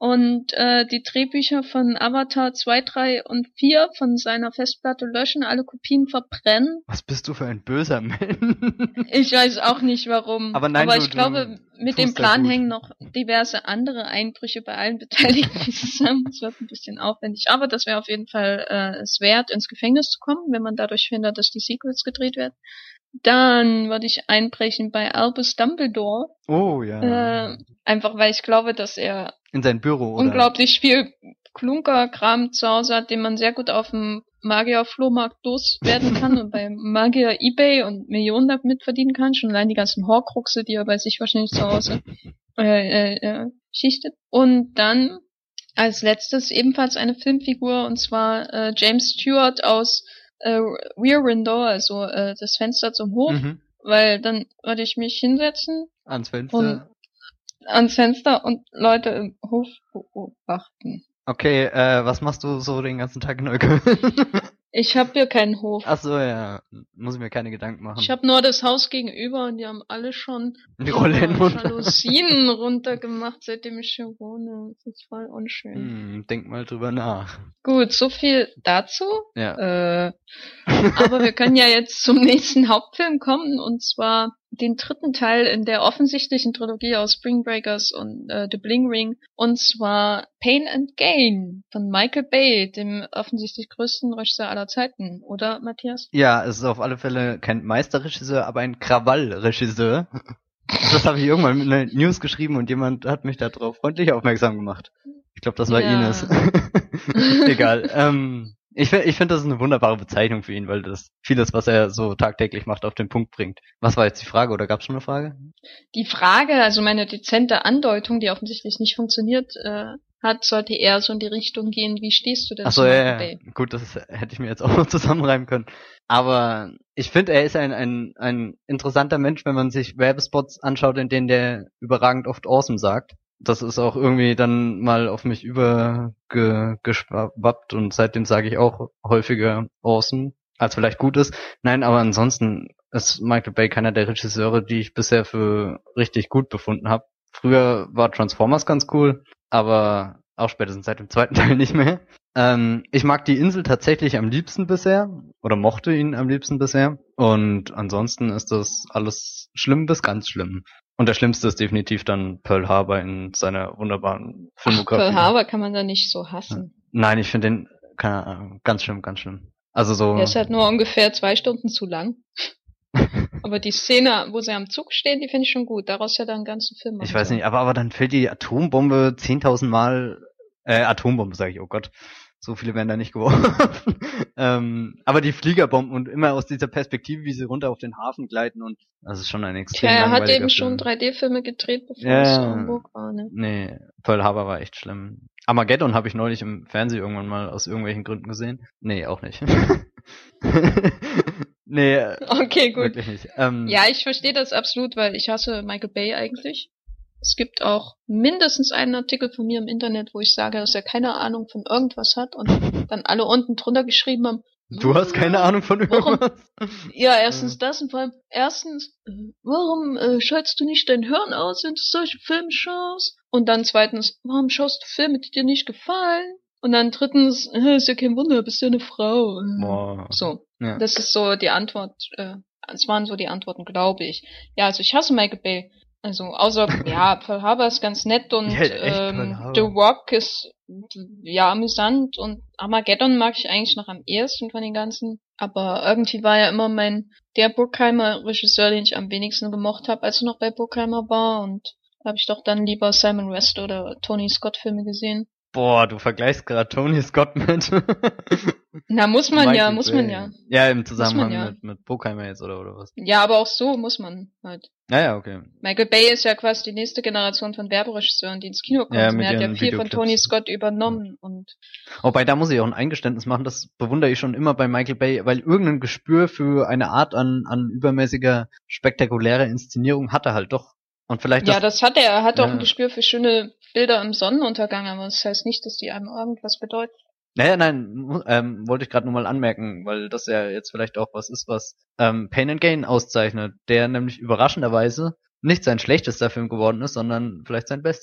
Speaker 2: und die Drehbücher von Avatar 2, 3 und 4 von seiner Festplatte löschen, alle Kopien verbrennen.
Speaker 1: Was bist du für ein böser Mensch?
Speaker 2: Ich weiß auch nicht warum.
Speaker 1: Aber nein,
Speaker 2: ich glaube, mit dem
Speaker 1: tust da
Speaker 2: Plan
Speaker 1: gut.
Speaker 2: hängen noch diverse andere Einbrüche bei allen Beteiligten zusammen. Das wird ein bisschen aufwendig. Aber das wäre auf jeden Fall es wert, ins Gefängnis zu kommen, wenn man dadurch verhindert, dass die Sequels gedreht werden. Dann würde ich einbrechen bei Albus Dumbledore.
Speaker 1: Oh ja.
Speaker 2: Einfach weil ich glaube, dass er
Speaker 1: In sein Büro, oder?
Speaker 2: unglaublich viel Klunkerkram zu Hause hat, den man sehr gut auf dem Magier-Flohmarkt loswerden kann und beim Magier-Ebay und Millionen damit verdienen kann. Schon allein die ganzen Horcruxe, die er bei sich wahrscheinlich zu Hause schichtet. Und dann als letztes ebenfalls eine Filmfigur, und zwar James Stewart aus Rear Window, also das Fenster zum Hof, weil dann würde ich mich hinsetzen
Speaker 1: ans Fenster
Speaker 2: und Leute im Hof beobachten.
Speaker 1: Okay, was machst du so den ganzen Tag in Neukölln?
Speaker 2: Ich habe hier keinen Hof.
Speaker 1: Ach so, ja. Muss ich mir keine Gedanken machen.
Speaker 2: Ich habe nur das Haus gegenüber und die haben alle schon
Speaker 1: die Rollläden
Speaker 2: Jalousien runtergemacht, seitdem ich hier wohne. Das ist voll unschön.
Speaker 1: Denk mal drüber nach.
Speaker 2: Gut, so viel dazu.
Speaker 1: Ja.
Speaker 2: Aber wir können ja jetzt zum nächsten Hauptfilm kommen, und zwar den dritten Teil in der offensichtlichen Trilogie aus Spring Breakers und The Bling Ring, und zwar Pain and Gain von Michael Bay, dem offensichtlich größten Regisseur aller Zeiten, oder Matthias?
Speaker 1: Ja, es ist auf alle Fälle kein Meisterregisseur, aber ein Krawallregisseur. Das habe ich irgendwann mit einer News geschrieben und jemand hat mich darauf freundlich aufmerksam gemacht. Ich glaube, das war Ines. Egal. Ich finde, das ist eine wunderbare Bezeichnung für ihn, weil das vieles, was er so tagtäglich macht, auf den Punkt bringt. Was war jetzt die Frage, oder gab es schon eine Frage?
Speaker 2: Die Frage, also meine dezente Andeutung, die offensichtlich nicht funktioniert hat, sollte eher so in die Richtung gehen, wie stehst du denn
Speaker 1: zu Michael Bay? Gut, das hätte ich mir jetzt auch noch zusammenreimen können. Aber ich finde, er ist ein interessanter Mensch, wenn man sich Werbespots anschaut, in denen der überragend oft awesome sagt. Das ist auch irgendwie dann mal auf mich übergeschwappt und seitdem sage ich auch häufiger awesome, als vielleicht gut ist. Nein, aber ansonsten ist Michael Bay keiner der Regisseure, die ich bisher für richtig gut befunden habe. Früher war Transformers ganz cool, aber auch spätestens seit dem zweiten Teil nicht mehr. Ich mag Die Insel tatsächlich am liebsten bisher, oder mochte ihn am liebsten bisher. Und ansonsten ist das alles schlimm bis ganz schlimm. Und der Schlimmste ist definitiv dann Pearl Harbor in seiner wunderbaren Filmografie.
Speaker 2: Pearl Harbor kann man da nicht so hassen.
Speaker 1: Nein, ich finde den, keine Ahnung, ganz schlimm, ganz schlimm. Also so.
Speaker 2: Der ist halt nur ungefähr 2 Stunden zu lang. Aber die Szene, wo sie am Zug stehen, die finde ich schon gut. Daraus ja dann einen ganzen Film.
Speaker 1: Ich weiß nicht, aber dann fällt die Atombombe 10.000 Mal, Atombombe sage ich, oh Gott. So viele werden da nicht geworfen. Aber die Fliegerbomben und immer aus dieser Perspektive, wie sie runter auf den Hafen gleiten, und das ist schon ein extrem langweiliger
Speaker 2: er hat eben
Speaker 1: Film.
Speaker 2: schon 3D-Filme gedreht, bevor es in Hamburg war, ne?
Speaker 1: Nee, Pearl Harbor war echt schlimm. Armageddon habe ich neulich im Fernsehen irgendwann mal aus irgendwelchen Gründen gesehen. Nee, auch nicht. Nee,
Speaker 2: okay, gut.
Speaker 1: Wirklich nicht.
Speaker 2: Ja, ich verstehe das absolut, weil ich hasse Michael Bay eigentlich. Es gibt auch mindestens einen Artikel von mir im Internet, wo ich sage, dass er keine Ahnung von irgendwas hat, und dann alle unten drunter geschrieben haben,
Speaker 1: du hast keine Ahnung von irgendwas?
Speaker 2: Ja, erstens das, und vor allem warum schaltest du nicht dein Hirn aus, wenn du solche Filme schaust? Und dann zweitens, warum schaust du Filme, die dir nicht gefallen? Und dann drittens, ist ja kein Wunder, bist ja eine Frau.
Speaker 1: Boah.
Speaker 2: So,
Speaker 1: ja.
Speaker 2: Das ist so die Antwort, es waren so die Antworten, glaube ich. Ja, also ich hasse Michael Bay. Also, außer, ja, Pearl Harbor ist ganz nett und The Rock ist, ja, amüsant, und Armageddon mag ich eigentlich noch am ehesten von den ganzen. Aber irgendwie war ja immer der Bruckheimer Regisseur, den ich am wenigsten gemocht habe, als er noch bei Bruckheimer war, und da habe ich doch dann lieber Simon West oder Tony Scott Filme gesehen.
Speaker 1: Boah, du vergleichst gerade Tony Scott mit
Speaker 2: Na, muss man ja.
Speaker 1: Ja, im Zusammenhang mit Bruckheimer jetzt, oder was?
Speaker 2: Ja, aber auch so muss man halt.
Speaker 1: Ja, okay.
Speaker 2: Michael Bay ist ja quasi die nächste Generation von Werberegisseuren, die ins Kino kommen.
Speaker 1: Ja,
Speaker 2: er hat ja viel von Tony Scott übernommen. Und
Speaker 1: wobei, da muss ich auch ein Eingeständnis machen, das bewundere ich schon immer bei Michael Bay, weil irgendein Gespür für eine Art an übermäßiger, spektakulärer Inszenierung hat er halt doch. Und vielleicht
Speaker 2: das hat er. Er hat auch ein Gespür für schöne Bilder im Sonnenuntergang, aber das heißt nicht, dass die einem irgendwas bedeuten.
Speaker 1: Naja, nein, wollte ich gerade nur mal anmerken, weil das ja jetzt vielleicht auch was ist, was Pain and Gain auszeichnet, der nämlich überraschenderweise nicht sein schlechtester Film geworden ist, sondern vielleicht sein bester.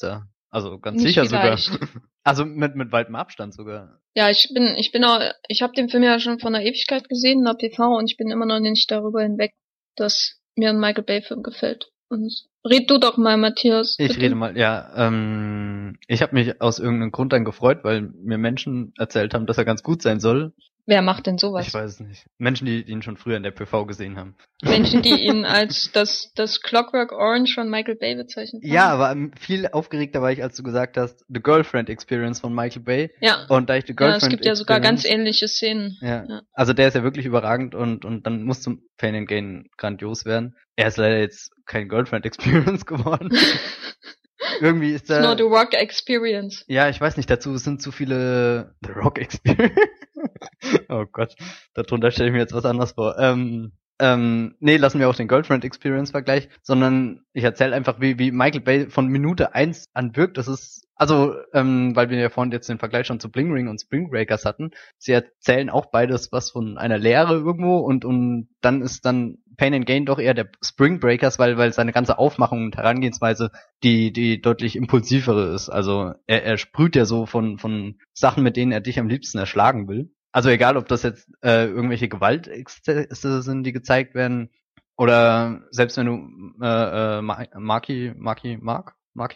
Speaker 1: Also ganz
Speaker 2: Nicht
Speaker 1: sicher sogar.
Speaker 2: vielleicht.
Speaker 1: Also mit weitem Abstand sogar.
Speaker 2: Ja, ich habe den Film ja schon vor einer Ewigkeit gesehen in der PV und ich bin immer noch nicht darüber hinweg, dass mir ein Michael Bay Film gefällt. Und red du doch mal, Matthias,
Speaker 1: Ich
Speaker 2: bitte.
Speaker 1: rede mal, ja, ich habe mich aus irgendeinem Grund dann gefreut, weil mir Menschen erzählt haben, dass er ganz gut sein soll.
Speaker 2: Wer macht denn
Speaker 1: Ich
Speaker 2: sowas?
Speaker 1: weiß es nicht. Menschen, die ihn schon früher in der PV gesehen haben.
Speaker 2: Menschen, die ihn als das Clockwork Orange von Michael Bay bezeichnet haben.
Speaker 1: Ja, aber viel aufgeregter war ich, als du gesagt hast, The Girlfriend Experience von Michael Bay.
Speaker 2: Ja.
Speaker 1: Und da ich The
Speaker 2: Ja,
Speaker 1: Girlfriend
Speaker 2: es gibt ja sogar ganz
Speaker 1: Experience-
Speaker 2: ähnliche Szenen.
Speaker 1: Ja.
Speaker 2: Ja.
Speaker 1: Also der ist ja wirklich überragend und dann muss zum Pain and Gain grandios werden. Er ist leider jetzt kein Girlfriend Experience geworden. Irgendwie ist
Speaker 2: It's
Speaker 1: er...
Speaker 2: not the Rock Experience.
Speaker 1: Ja, ich weiß nicht, dazu sind zu viele The Rock Experience. Oh Gott, darunter stelle ich mir jetzt was anderes vor. Nee, lassen wir auch den Girlfriend Experience Vergleich, sondern ich erzähle einfach, wie Michael Bay von Minute 1 an wirkt. Das ist, also, weil wir ja vorhin jetzt den Vergleich schon zu Bling Ring und Spring Breakers hatten. Sie erzählen auch beides was von einer Lehre irgendwo und dann ist dann Pain and Gain doch eher der Spring Breakers, weil seine ganze Aufmachung und Herangehensweise die deutlich impulsivere ist. Also er sprüht ja so von Sachen, mit denen er dich am liebsten erschlagen will. Also egal, ob das jetzt irgendwelche Gewaltexzesse sind, die gezeigt werden, oder selbst wenn du Marky Mark?
Speaker 2: Mark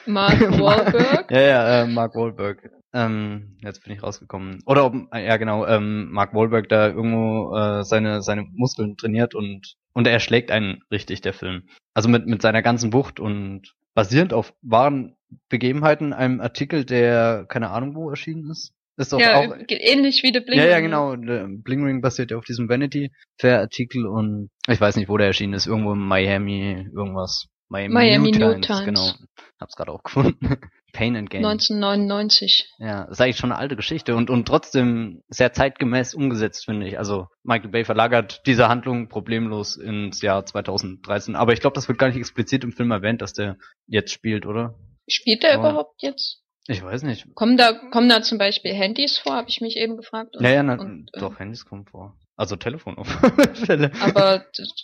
Speaker 2: Wahlberg.
Speaker 1: Ja, Mark Wahlberg. Jetzt bin ich rausgekommen. Oder ob, ja genau, Mark Wahlberg da irgendwo seine Muskeln trainiert und er schlägt einen richtig, der Film. Also mit seiner ganzen Wucht und basierend auf wahren Begebenheiten, einem Artikel, der keine Ahnung wo erschienen ist. Ist doch
Speaker 2: Ja,
Speaker 1: auch
Speaker 2: ähnlich wie The Bling
Speaker 1: ja,
Speaker 2: Ring.
Speaker 1: ja, genau. Der Bling Ring basiert ja auf diesem Vanity Fair Artikel und ich weiß nicht, wo der erschienen ist. Irgendwo in Miami, irgendwas.
Speaker 2: Miami New Times.
Speaker 1: Genau. Hab's gerade auch gefunden. Pain and Gain.
Speaker 2: 1999.
Speaker 1: Ja, ist eigentlich schon eine alte Geschichte und trotzdem sehr zeitgemäß umgesetzt, finde ich. Also Michael Bay verlagert diese Handlung problemlos ins Jahr 2013. Aber ich glaube, das wird gar nicht explizit im Film erwähnt, dass der jetzt spielt, oder?
Speaker 2: Spielt der überhaupt jetzt?
Speaker 1: Ich weiß nicht.
Speaker 2: Kommen da zum Beispiel Handys vor, habe ich mich eben gefragt.
Speaker 1: Doch, Handys kommen vor. Also Telefon auf alle Fälle.
Speaker 2: Aber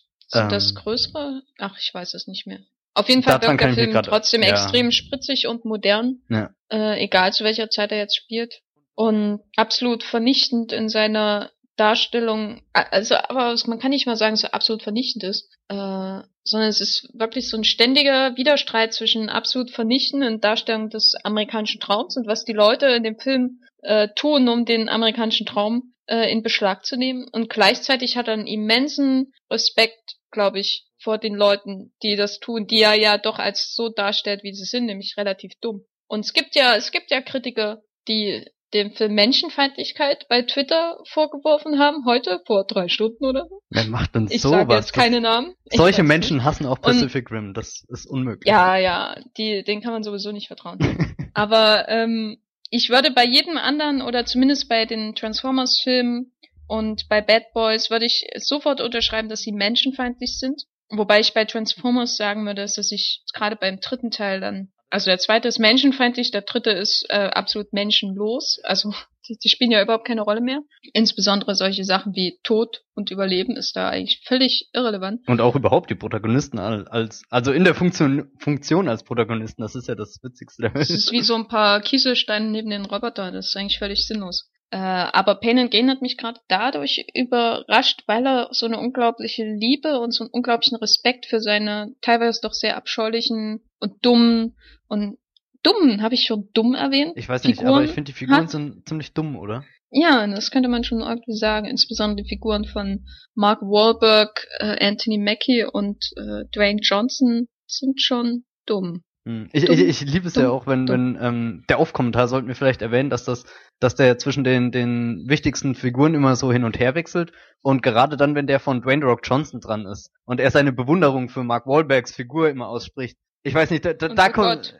Speaker 2: das Größere? Ach, ich weiß es nicht mehr. Auf jeden Fall wirkt der Film trotzdem extrem spritzig und modern. Ja. Egal zu welcher Zeit er jetzt spielt. Und absolut vernichtend in seiner Darstellung. Also, aber man kann nicht mal sagen, dass er absolut vernichtend ist. Sondern es ist wirklich so ein ständiger Widerstreit zwischen absolut vernichtenden Darstellung des amerikanischen Traums und was die Leute in dem Film tun, um den amerikanischen Traum in Beschlag zu nehmen. Und gleichzeitig hat er einen immensen Respekt, glaube ich, vor den Leuten, die das tun, die er ja doch als so darstellt, wie sie sind, nämlich relativ dumm. Und es gibt ja Kritiker, die dem Film Menschenfeindlichkeit bei Twitter vorgeworfen haben, heute, vor 3 Stunden oder so.
Speaker 1: Wer macht denn sowas?
Speaker 2: Ich sage jetzt keine Namen.
Speaker 1: Solche Menschen hassen auch Pacific Rim, das ist unmöglich.
Speaker 2: Ja, denen kann man sowieso nicht vertrauen. Aber ich würde bei jedem anderen, oder zumindest bei den Transformers-Filmen und bei Bad Boys, würde ich sofort unterschreiben, dass sie menschenfeindlich sind. Wobei ich bei Transformers sagen würde, dass sich gerade beim 3. Teil dann, also der 2. ist menschenfeindlich, der 3. ist absolut menschenlos. Also die spielen ja überhaupt keine Rolle mehr. Insbesondere solche Sachen wie Tod und Überleben ist da eigentlich völlig irrelevant.
Speaker 1: Und auch überhaupt die Protagonisten also in der Funktion als Protagonisten, das ist ja das Witzigste der Welt.
Speaker 2: Das ist wie so ein paar Kieselsteine neben den Roboter, das ist eigentlich völlig sinnlos. Aber Pain and Gain hat mich gerade dadurch überrascht, weil er so eine unglaubliche Liebe und so einen unglaublichen Respekt für seine teilweise doch sehr abscheulichen und dummen, habe ich schon dumm erwähnt?
Speaker 1: Ich weiß nicht, aber ich finde, die Figuren sind ziemlich dumm, oder?
Speaker 2: Ja, das könnte man schon irgendwie sagen. Insbesondere die Figuren von Mark Wahlberg, Anthony Mackie und Dwayne Johnson sind schon dumm.
Speaker 1: Ich liebe es ja auch, wenn der Off-Kommentar sollten wir vielleicht erwähnen, dass der zwischen den wichtigsten Figuren immer so hin und her wechselt und gerade dann, wenn der von Dwayne The Rock Johnson dran ist und er seine Bewunderung für Mark Wahlbergs Figur immer ausspricht. Ich weiß nicht, da kommt,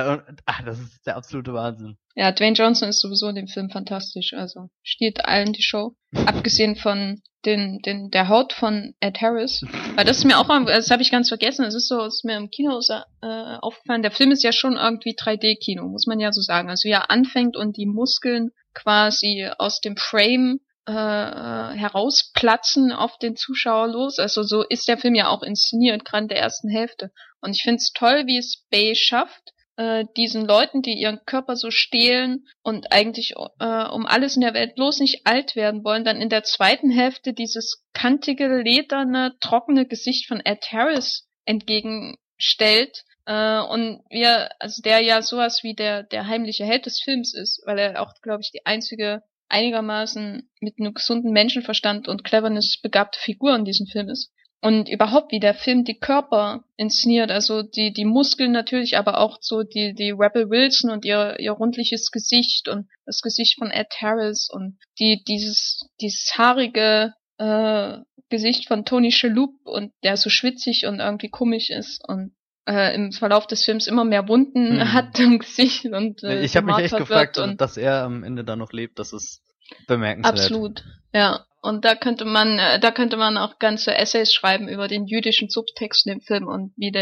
Speaker 1: das ist der absolute Wahnsinn. Ja,
Speaker 2: Dwayne Johnson ist sowieso in dem Film fantastisch, also stiehlt allen die Show. Abgesehen von der Haut von Ed Harris. Weil das ist mir auch, das habe ich ganz vergessen, ist mir im Kino aufgefallen, der Film ist ja schon irgendwie 3D-Kino, muss man ja so sagen. Also wie er anfängt und die Muskeln quasi aus dem Frame herausplatzen auf den Zuschauer los. Also so ist der Film ja auch inszeniert, gerade in der ersten Hälfte. Und ich finde es toll, wie es Bay schafft, diesen Leuten, die ihren Körper so stehlen und eigentlich um alles in der Welt bloß nicht alt werden wollen, dann in der zweiten Hälfte dieses kantige, lederne, trockene Gesicht von Ed Harris entgegenstellt. Und also der ja sowas wie der heimliche Held des Films ist, weil er auch, glaube ich, die einzige einigermaßen mit einem gesunden Menschenverstand und Cleverness begabte Figur in diesem Film ist. Und überhaupt, wie der Film die Körper inszeniert, also die Muskeln natürlich, aber auch so die Rebel Wilson und ihr rundliches Gesicht und das Gesicht von Ed Harris und dieses haarige Gesicht von Tony Shalhoub und der so schwitzig und irgendwie komisch ist und im Verlauf des Films immer mehr Wunden hat im Gesicht und
Speaker 1: ich habe mich echt gefragt, dass er am Ende da noch lebt, das ist bemerkenswert.
Speaker 2: Absolut, ja. Und da könnte man auch ganze Essays schreiben über den jüdischen Subtext in dem Film und wie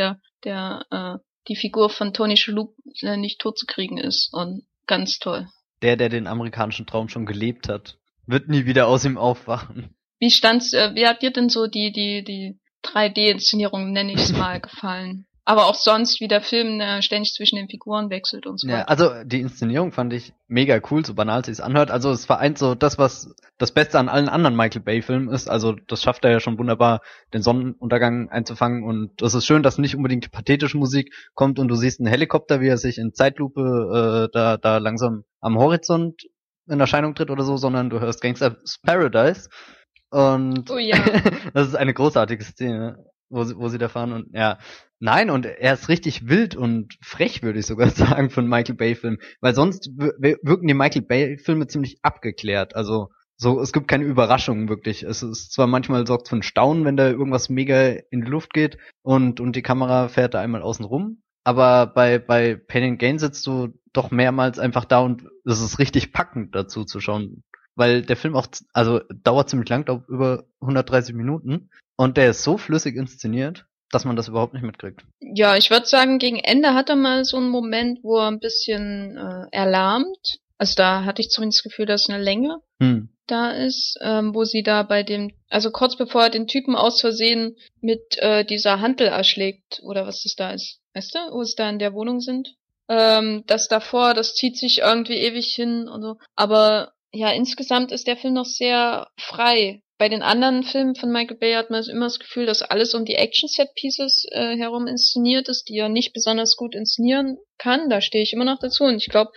Speaker 2: die Figur von Tony Shalhoub nicht totzukriegen ist und ganz toll.
Speaker 1: Der den amerikanischen Traum schon gelebt hat, wird nie wieder aus ihm aufwachen.
Speaker 2: Wie hat dir denn so die 3D-Inszenierung, nenne ich es mal, gefallen? Aber auch sonst, wie der Film ständig zwischen den Figuren wechselt und so weiter.
Speaker 1: Ja, also die Inszenierung fand ich mega cool, so banal sie es anhört. Also es vereint so das, was das Beste an allen anderen Michael Bay-Filmen ist. Also das schafft er ja schon wunderbar, den Sonnenuntergang einzufangen. Und das ist schön, dass nicht unbedingt pathetische Musik kommt und du siehst einen Helikopter, wie er sich in Zeitlupe da langsam am Horizont in Erscheinung tritt oder so, sondern du hörst Gangsta's Paradise. Und
Speaker 2: oh ja.
Speaker 1: das ist eine großartige Szene, wo sie da fahren und ja. Nein, und er ist richtig wild und frech, würde ich sogar sagen, für einen Michael Bay-Film. Weil sonst wirken die Michael Bay-Filme ziemlich abgeklärt. Also so, es gibt keine Überraschungen wirklich. Es ist zwar manchmal sorgt für ein Staunen, wenn da irgendwas mega in die Luft geht und die Kamera fährt da einmal außen rum. Aber bei Pain and Gain sitzt du doch mehrmals einfach da und es ist richtig packend dazu zu schauen. Weil der Film auch, also dauert ziemlich lang, dauert über 130 Minuten. Und der ist so flüssig inszeniert, dass man das überhaupt nicht mitkriegt.
Speaker 2: Ja, ich würde sagen, gegen Ende hat er mal so einen Moment, wo er ein bisschen erlahmt. Also da hatte ich zumindest das Gefühl, dass eine Länge da ist, wo sie da also kurz bevor er den Typen aus Versehen mit dieser Hantel erschlägt, oder was das da ist. Weißt du, wo sie da in der Wohnung sind? Das davor, das zieht sich irgendwie ewig hin und so. Aber ja, insgesamt ist der Film noch sehr frei. Bei den anderen Filmen von Michael Bay hat man immer das Gefühl, dass alles um die Action-Set-Pieces herum inszeniert ist, die er nicht besonders gut inszenieren kann. Da stehe ich immer noch dazu. Und ich glaube,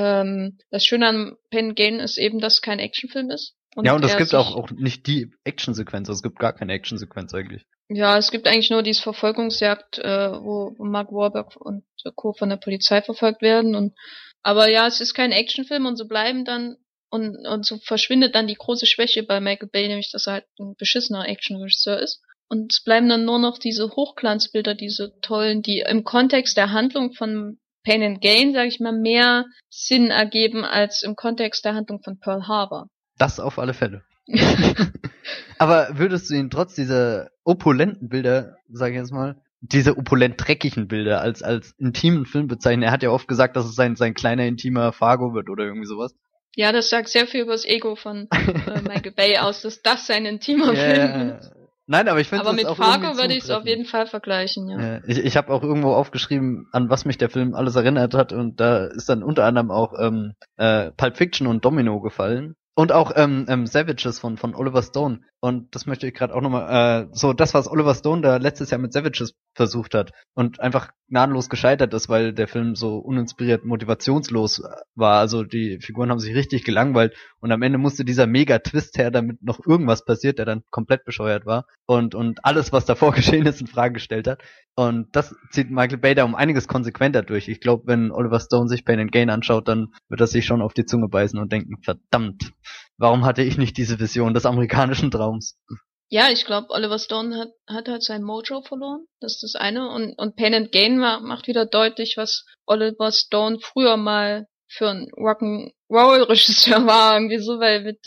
Speaker 2: das Schöne an Pain and Gain ist eben, dass es kein Actionfilm ist.
Speaker 1: Und es gibt auch nicht die Actionsequenz. Es gibt gar keine Actionsequenz eigentlich.
Speaker 2: Ja, es gibt eigentlich nur diese Verfolgungsjagd, wo Mark Wahlberg und Co. von der Polizei verfolgt werden. Aber ja, es ist kein Actionfilm und so bleiben dann und so verschwindet dann die große Schwäche bei Michael Bay, nämlich dass er halt ein beschissener Actionregisseur ist. Und es bleiben dann nur noch diese Hochglanzbilder, diese tollen, die im Kontext der Handlung von Pain and Gain, sage ich mal, mehr Sinn ergeben als im Kontext der Handlung von Pearl Harbor.
Speaker 1: Das auf alle Fälle. Aber würdest du ihn trotz dieser opulenten Bilder, sage ich jetzt mal, diese opulent dreckigen Bilder als intimen Film bezeichnen? Er hat ja oft gesagt, dass es sein kleiner intimer Fargo wird oder irgendwie sowas.
Speaker 2: Ja, das sagt sehr viel über das Ego von Michael Bay aus, dass das sein intimer Film ist.
Speaker 1: Nein, aber ich finde
Speaker 2: es auch Fargo würde ich es auf jeden Fall vergleichen, ja.
Speaker 1: Ich habe auch irgendwo aufgeschrieben, an was mich der Film alles erinnert hat und da ist dann unter anderem auch Pulp Fiction und Domino gefallen. Und auch Savages von Oliver Stone. Und das möchte ich gerade auch nochmal, so das, was Oliver Stone da letztes Jahr mit Savages versucht hat und einfach gnadenlos gescheitert ist, weil der Film so uninspiriert motivationslos war. Also die Figuren haben sich richtig gelangweilt und am Ende musste dieser Mega-Twist her, damit noch irgendwas passiert, der dann komplett bescheuert war und alles, was davor geschehen ist, in Frage gestellt hat. Und das zieht Michael Bay da um einiges konsequenter durch. Ich glaube, wenn Oliver Stone sich Pain and Gain anschaut, dann wird er sich schon auf die Zunge beißen und denken, verdammt, warum hatte ich nicht diese Vision des amerikanischen Traums?
Speaker 2: Ja, ich glaube, Oliver Stone hat halt sein Mojo verloren. Das ist das eine. Und Pain and Gain macht wieder deutlich, was Oliver Stone früher mal für ein Rock'n'Roll-Regisseur war. Irgendwie so, weil mit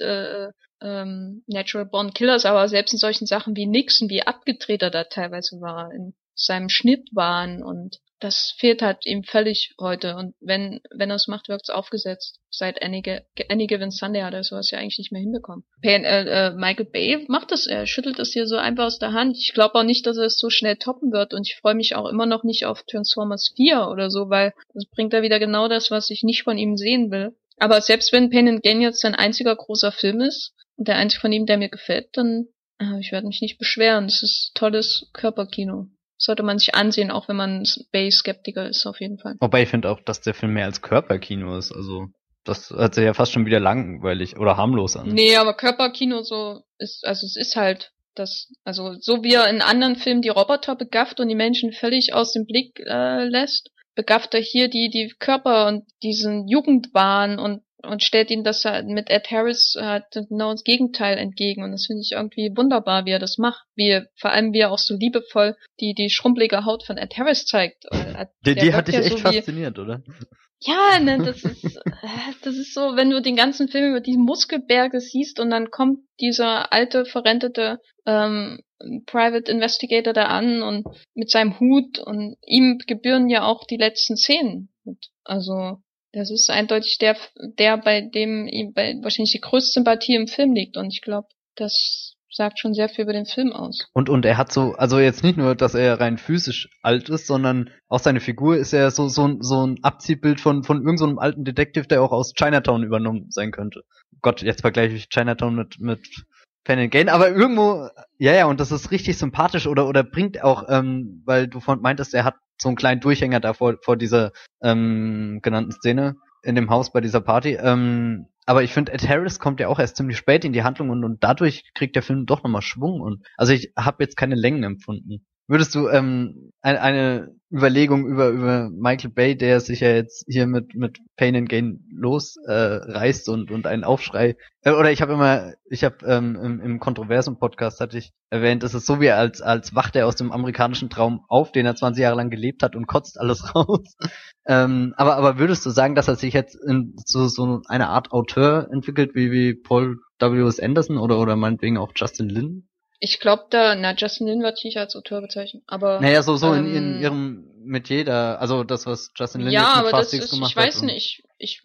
Speaker 2: Natural Born Killers, aber selbst in solchen Sachen wie Nixon, wie abgedreht er da teilweise war, in seinem Schnittwahn und das fehlt halt ihm völlig heute. Und wenn er es macht, wirkt es aufgesetzt. Seit Any Given Sunday hat er sowas ja eigentlich nicht mehr hinbekommen. Michael Bay macht das, er schüttelt das hier so einfach aus der Hand. Ich glaube auch nicht, dass er es so schnell toppen wird. Und ich freue mich auch immer noch nicht auf Transformers 4 oder so, weil das bringt da wieder genau das, was ich nicht von ihm sehen will. Aber selbst wenn Pain and Gain jetzt sein einziger großer Film ist und der einzige von ihm, der mir gefällt, dann ich werde mich nicht beschweren. Das ist tolles Körperkino. Sollte man sich ansehen, auch wenn man Bay-Skeptiker ist, auf jeden Fall.
Speaker 1: Wobei ich finde auch, dass der Film mehr als Körperkino ist. Also das hört sich ja fast schon wieder langweilig oder harmlos an.
Speaker 2: Nee, aber Körperkino so ist, also es ist halt das, also so wie er in anderen Filmen die Roboter begafft und die Menschen völlig aus dem Blick lässt, begafft er hier die Körper und diesen Jugendwahn und stellt ihm das mit Ed Harris genau das Gegenteil entgegen. Und das finde ich irgendwie wunderbar, wie er das macht. Vor allem wie er auch so liebevoll die schrumpelige Haut von Ed Harris zeigt.
Speaker 1: Die hat dich echt fasziniert, oder?
Speaker 2: Ja, ne, das ist so, wenn du den ganzen Film über die Muskelberge siehst und dann kommt dieser alte, verrentete Private Investigator da an und mit seinem Hut und ihm gebühren ja auch die letzten Szenen. Also das ist eindeutig der bei dem ihm wahrscheinlich die größte Sympathie im Film liegt. Und ich glaube, das sagt schon sehr viel über den Film aus.
Speaker 1: Und er hat so, also jetzt nicht nur, dass er rein physisch alt ist, sondern auch seine Figur ist ja so ein Abziehbild von irgend so einem alten Detective, der auch aus Chinatown übernommen sein könnte. Gott, jetzt vergleiche ich Chinatown mit Pain and Gain, aber irgendwo, ja, und das ist richtig sympathisch oder bringt auch, weil du meintest, er hat so einen kleinen Durchhänger da vor dieser genannten Szene in dem Haus bei dieser Party. Aber ich finde, Ed Harris kommt ja auch erst ziemlich spät in die Handlung und dadurch kriegt der Film doch nochmal Schwung. Und also ich habe jetzt keine Längen empfunden. Würdest du eine Überlegung über Michael Bay, der sich ja jetzt hier mit Pain and Gain losreißt und einen Aufschrei oder ich habe im kontroversen Podcast hatte ich erwähnt, es ist so wie als wacht er aus dem amerikanischen Traum auf, den er 20 Jahre lang gelebt hat und kotzt alles raus. Aber würdest du sagen, dass er sich jetzt in so eine Art Auteur entwickelt wie Paul W.S. Anderson oder meinetwegen auch Justin Lin?
Speaker 2: Ich glaube Justin Lin wird nicht als Auteur bezeichnen, aber
Speaker 1: naja, so in ihrem Metier da, also das, was Justin Lin
Speaker 2: ja,
Speaker 1: jetzt mit
Speaker 2: aber
Speaker 1: Fast Six gemacht hat.
Speaker 2: Ich weiß nicht,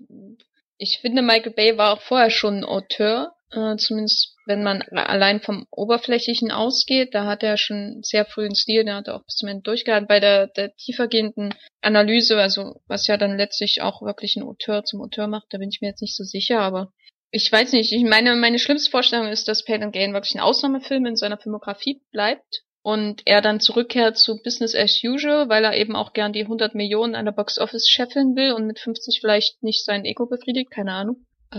Speaker 2: ich finde, Michael Bay war auch vorher schon ein Auteur, zumindest wenn man allein vom Oberflächlichen ausgeht, da hat er schon sehr früh einen Stil, der hat er auch bis zum Ende durchgehalten. Bei der tiefergehenden Analyse, also was ja dann letztlich auch wirklich ein Auteur zum Auteur macht, da bin ich mir jetzt nicht so sicher, aber ich weiß nicht, meine schlimmste Vorstellung ist, dass Pain and Gain wirklich ein Ausnahmefilm in seiner Filmografie bleibt und er dann zurückkehrt zu Business as usual, weil er eben auch gern die 100 Millionen an der Box Office scheffeln will und mit 50 vielleicht nicht sein Ego befriedigt, keine Ahnung.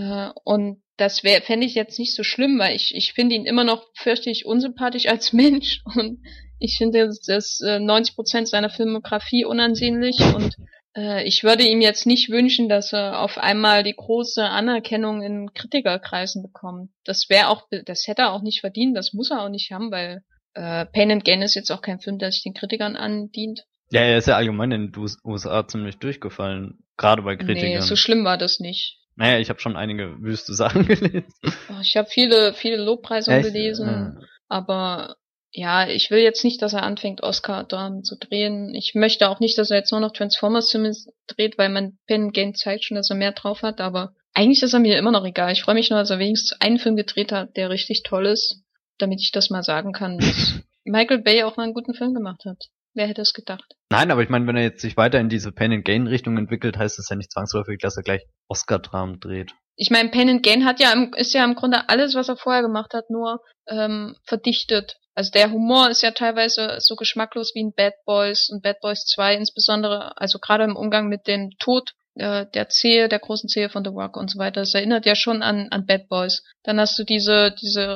Speaker 2: Und das fände ich jetzt nicht so schlimm, weil ich finde ihn immer noch fürchterlich unsympathisch als Mensch und ich finde das 90% seiner Filmografie unansehnlich und ich würde ihm jetzt nicht wünschen, dass er auf einmal die große Anerkennung in Kritikerkreisen bekommt. Das hätte er auch nicht verdient, das muss er auch nicht haben, weil Pain and Gain ist jetzt auch kein Film, der sich den Kritikern andient.
Speaker 1: Ja, er ist ja allgemein in den USA ziemlich durchgefallen, gerade bei Kritikern.
Speaker 2: Nee, so schlimm war das nicht.
Speaker 1: Naja, ich habe schon einige wüste Sachen gelesen.
Speaker 2: Ich habe viele Lobpreisungen gelesen, aber ja, ich will jetzt nicht, dass er anfängt, Oscar-Dramen zu drehen. Ich möchte auch nicht, dass er jetzt nur noch Transformers-Filme dreht, weil man Pain and Gain zeigt schon, dass er mehr drauf hat, aber eigentlich ist er mir immer noch egal. Ich freue mich nur, dass er wenigstens einen Film gedreht hat, der richtig toll ist, damit ich das mal sagen kann, dass Michael Bay auch mal einen guten Film gemacht hat. Wer hätte es gedacht?
Speaker 1: Nein, aber ich meine, wenn er jetzt sich weiter in diese Pain and Gain Richtung entwickelt, heißt das ja nicht zwangsläufig, dass er gleich Oscar-Dramen dreht.
Speaker 2: Ich meine, Pain and Gain ist ja im Grunde alles, was er vorher gemacht hat, nur verdichtet. Also der Humor ist ja teilweise so geschmacklos wie in Bad Boys und Bad Boys 2 insbesondere, also gerade im Umgang mit dem Tod der großen Zehe von The Rock und so weiter. Das erinnert ja schon an Bad Boys. Dann hast du diese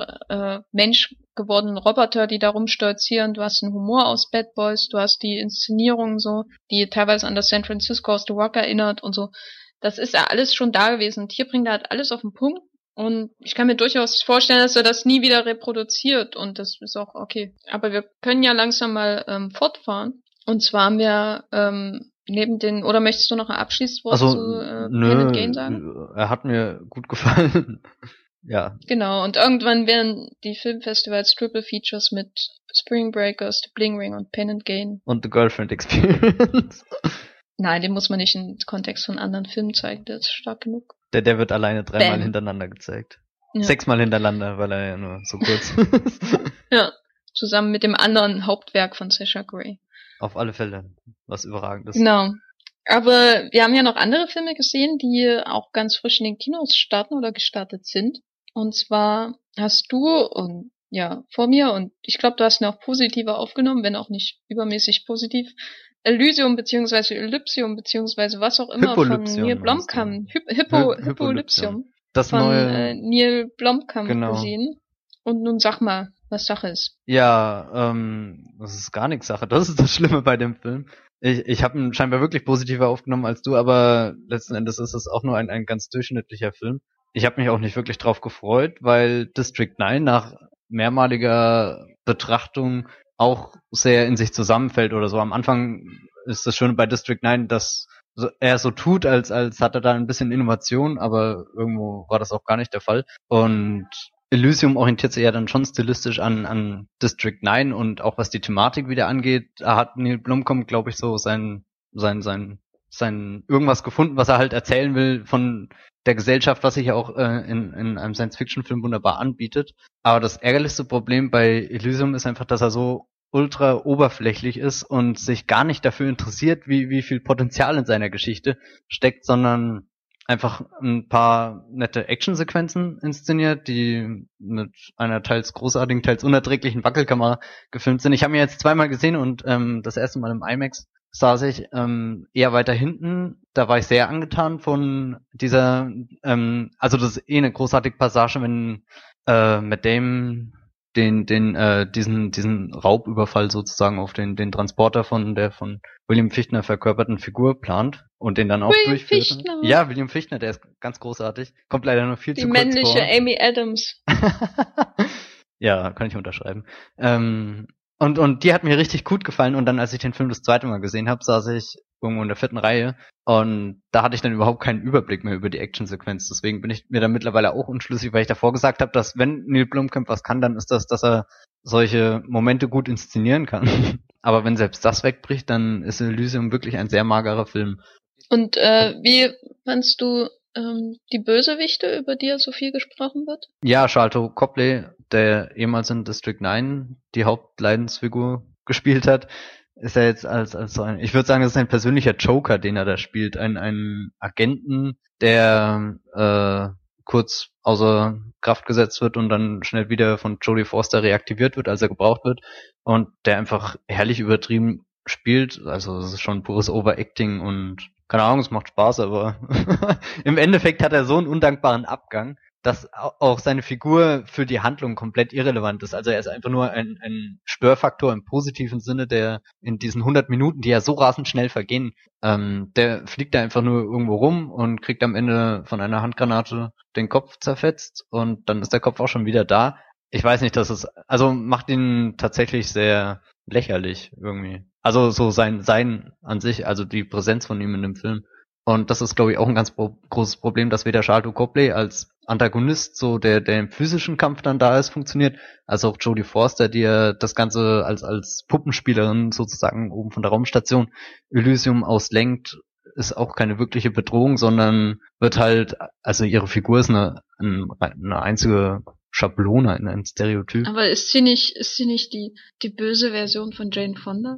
Speaker 2: Mensch gewordenen Roboter, die da rumstolzieren. Du hast einen Humor aus Bad Boys, du hast die Inszenierung so, die teilweise an das San Francisco aus The Rock erinnert und so. Das ist ja alles schon da gewesen. Und hier bringt er halt alles auf den Punkt. Und ich kann mir durchaus vorstellen, dass er das nie wieder reproduziert. Und das ist auch okay. Aber wir können ja langsam mal fortfahren. Und zwar haben wir oder möchtest du noch ein abschließendes Wort zu Pain and Gain sagen?
Speaker 1: Er hat mir gut gefallen. Ja.
Speaker 2: Genau, und irgendwann werden die Filmfestivals Triple Features mit Spring Breakers, The Bling Ring und Pain and Gain.
Speaker 1: Und The Girlfriend Experience.
Speaker 2: Nein, den muss man nicht im Kontext von anderen Filmen zeigen, der ist stark genug.
Speaker 1: Der wird alleine 3-mal
Speaker 2: Bam.
Speaker 1: hintereinander gezeigt.
Speaker 2: Ja.
Speaker 1: 6-mal hintereinander, weil er ja nur so kurz ist.
Speaker 2: Ja, zusammen mit dem anderen Hauptwerk von Sasha Grey.
Speaker 1: Auf alle Fälle, was überragend ist.
Speaker 2: Genau. Aber wir haben ja noch andere Filme gesehen, die auch ganz frisch in den Kinos starten oder gestartet sind. Und zwar hast du und ja, vor mir, und ich glaube, du hast ihn auch positiver aufgenommen, wenn auch nicht übermäßig positiv, Elysium beziehungsweise Elypsium beziehungsweise was auch immer von Neil Blomkamp. Hippolypsium.
Speaker 1: Das
Speaker 2: von
Speaker 1: neue
Speaker 2: Neil Blomkamp
Speaker 1: Genau.
Speaker 2: gesehen. Und nun sag mal, was Sache ist.
Speaker 1: Ja, das ist gar nichts Sache. Das ist das Schlimme bei dem Film. Ich habe ihn scheinbar wirklich positiver aufgenommen als du, aber letzten Endes ist es auch nur ein ganz durchschnittlicher Film. Ich habe mich auch nicht wirklich drauf gefreut, weil District 9 nach mehrmaliger Betrachtung auch sehr in sich zusammenfällt oder so. Am Anfang ist das Schöne bei District 9, dass er so tut, als hat er da ein bisschen Innovation, aber irgendwo war das auch gar nicht der Fall. Und Elysium orientiert sich ja dann schon stilistisch an District 9 und auch was die Thematik wieder angeht, da hat Neil Blomkamp, glaube ich, so sein irgendwas gefunden, was er halt erzählen will von der Gesellschaft, was sich ja auch in einem Science-Fiction-Film wunderbar anbietet. Aber das ärgerlichste Problem bei Elysium ist einfach, dass er so ultra oberflächlich ist und sich gar nicht dafür interessiert, wie viel Potenzial in seiner Geschichte steckt, sondern einfach ein paar nette Actionsequenzen inszeniert, die mit einer teils großartigen, teils unerträglichen Wackelkamera gefilmt sind. Ich habe ihn jetzt 2-mal gesehen und das erste Mal im IMAX saß ich eher weiter hinten. Da war ich sehr angetan von dieser, also das ist eine großartige Passage, wenn Matt Damon diesen Raubüberfall sozusagen auf den Transporter von der von William Fichtner verkörperten Figur plant und den dann auch durchführt.
Speaker 2: Fichtner.
Speaker 1: Ja, William Fichtner, der ist ganz großartig. Kommt leider nur viel
Speaker 2: Die
Speaker 1: zu kurz vor.
Speaker 2: Die männliche Amy Adams.
Speaker 1: Ja, kann ich unterschreiben. Und die hat mir richtig gut gefallen und dann, als ich den Film das 2. Mal gesehen habe, saß ich irgendwo in der 4. Reihe und da hatte ich dann überhaupt keinen Überblick mehr über die Actionsequenz. Deswegen bin ich mir da mittlerweile auch unschlüssig, weil ich davor gesagt habe, dass wenn Neil Blomkamp was kann, dann ist das, dass er solche Momente gut inszenieren kann. Aber wenn selbst das wegbricht, dann ist Elysium wirklich ein sehr magerer Film.
Speaker 2: Und wie fandst du die Bösewichte, über die ja so viel gesprochen wird?
Speaker 1: Ja, Sharlto Copley, der ehemals in District 9 die Hauptleidensfigur gespielt hat, ist er jetzt als so ein, ich würde sagen, das ist ein persönlicher Joker, den er da spielt. Ein Agenten, der kurz außer Kraft gesetzt wird und dann schnell wieder von Jodie Foster reaktiviert wird, als er gebraucht wird. Und der einfach herrlich übertrieben spielt. Also es ist schon pures Overacting und keine Ahnung, es macht Spaß, aber im Endeffekt hat er so einen undankbaren Abgang, dass auch seine Figur für die Handlung komplett irrelevant ist. Also er ist einfach nur ein Störfaktor im positiven Sinne, der in diesen 100 Minuten, die ja so rasend schnell vergehen, der fliegt da einfach nur irgendwo rum und kriegt am Ende von einer Handgranate den Kopf zerfetzt und dann ist der Kopf auch schon wieder da. Ich weiß nicht, also macht ihn tatsächlich sehr lächerlich irgendwie. Also so sein an sich, also die Präsenz von ihm in dem Film. Und das ist, glaube ich, auch ein ganz großes Problem, dass weder Sharlto Copley als Antagonist, so der im physischen Kampf dann da ist, funktioniert, als auch Jodie Foster, die ja das Ganze als Puppenspielerin sozusagen oben von der Raumstation Elysium aus lenkt, ist auch keine wirkliche Bedrohung, sondern wird halt, also ihre Figur ist eine einzige Schablone, ein Stereotyp.
Speaker 2: Aber ist sie nicht die böse Version von Jane Fonda?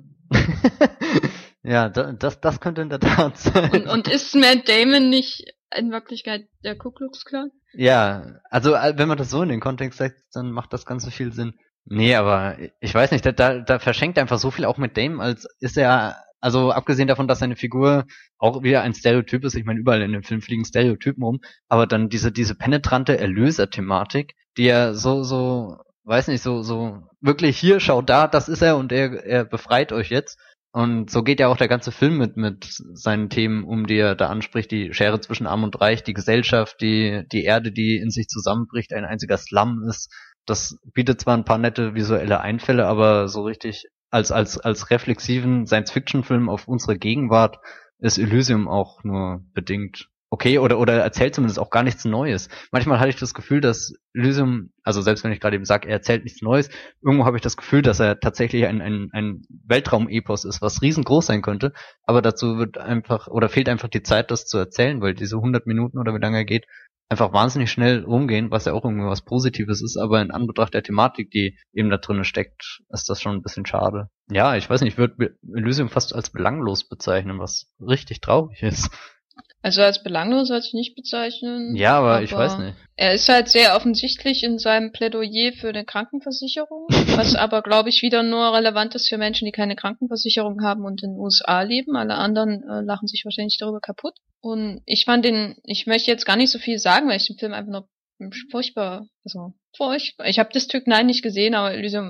Speaker 1: Ja, das könnte in der Tat sein.
Speaker 2: Und ist Matt Damon nicht in Wirklichkeit der Ku Klux Klan?
Speaker 1: Ja, also wenn man das so in den Kontext setzt, dann macht das Ganze viel Sinn. Nee, aber ich weiß nicht, da verschenkt einfach so viel auch mit Damon, als ist er, also abgesehen davon, dass seine Figur auch wieder ein Stereotyp ist, ich meine, überall in dem Film fliegen Stereotypen rum, aber dann diese penetrante Erlöser-Thematik, die ja so, weiß nicht, so wirklich hier, schaut da, das ist er und er befreit euch jetzt. Und so geht ja auch der ganze Film mit seinen Themen um, die er da anspricht, die Schere zwischen Arm und Reich, die Gesellschaft, die Erde, die in sich zusammenbricht, ein einziger Slum ist. Das bietet zwar ein paar nette visuelle Einfälle, aber so richtig als reflexiven Science-Fiction-Film auf unsere Gegenwart ist Elysium auch nur bedingt okay oder erzählt zumindest auch gar nichts Neues. Manchmal hatte ich das Gefühl, dass Elysium, also selbst wenn ich gerade eben sage, er erzählt nichts Neues, irgendwo habe ich das Gefühl, dass er tatsächlich ein Weltraum-Epos ist, was riesengroß sein könnte, aber dazu wird einfach, oder fehlt einfach die Zeit, das zu erzählen, weil diese 100 Minuten oder wie lange er geht, einfach wahnsinnig schnell rumgehen, was ja auch irgendwie was Positives ist, aber in Anbetracht der Thematik, die eben da drin steckt, ist das schon ein bisschen schade. Ja, ich weiß nicht, ich würde Elysium fast als belanglos bezeichnen, was richtig traurig ist.
Speaker 2: Also als belanglos würde ich nicht bezeichnen.
Speaker 1: Ja, aber ich weiß nicht.
Speaker 2: Er ist halt sehr offensichtlich in seinem Plädoyer für eine Krankenversicherung, was aber, glaube ich, wieder nur relevant ist für Menschen, die keine Krankenversicherung haben und in den USA leben. Alle anderen lachen sich wahrscheinlich darüber kaputt. Und ich möchte jetzt gar nicht so viel sagen, weil ich den Film einfach nur furchtbar. Ich habe District 9 nicht gesehen, aber Elysium,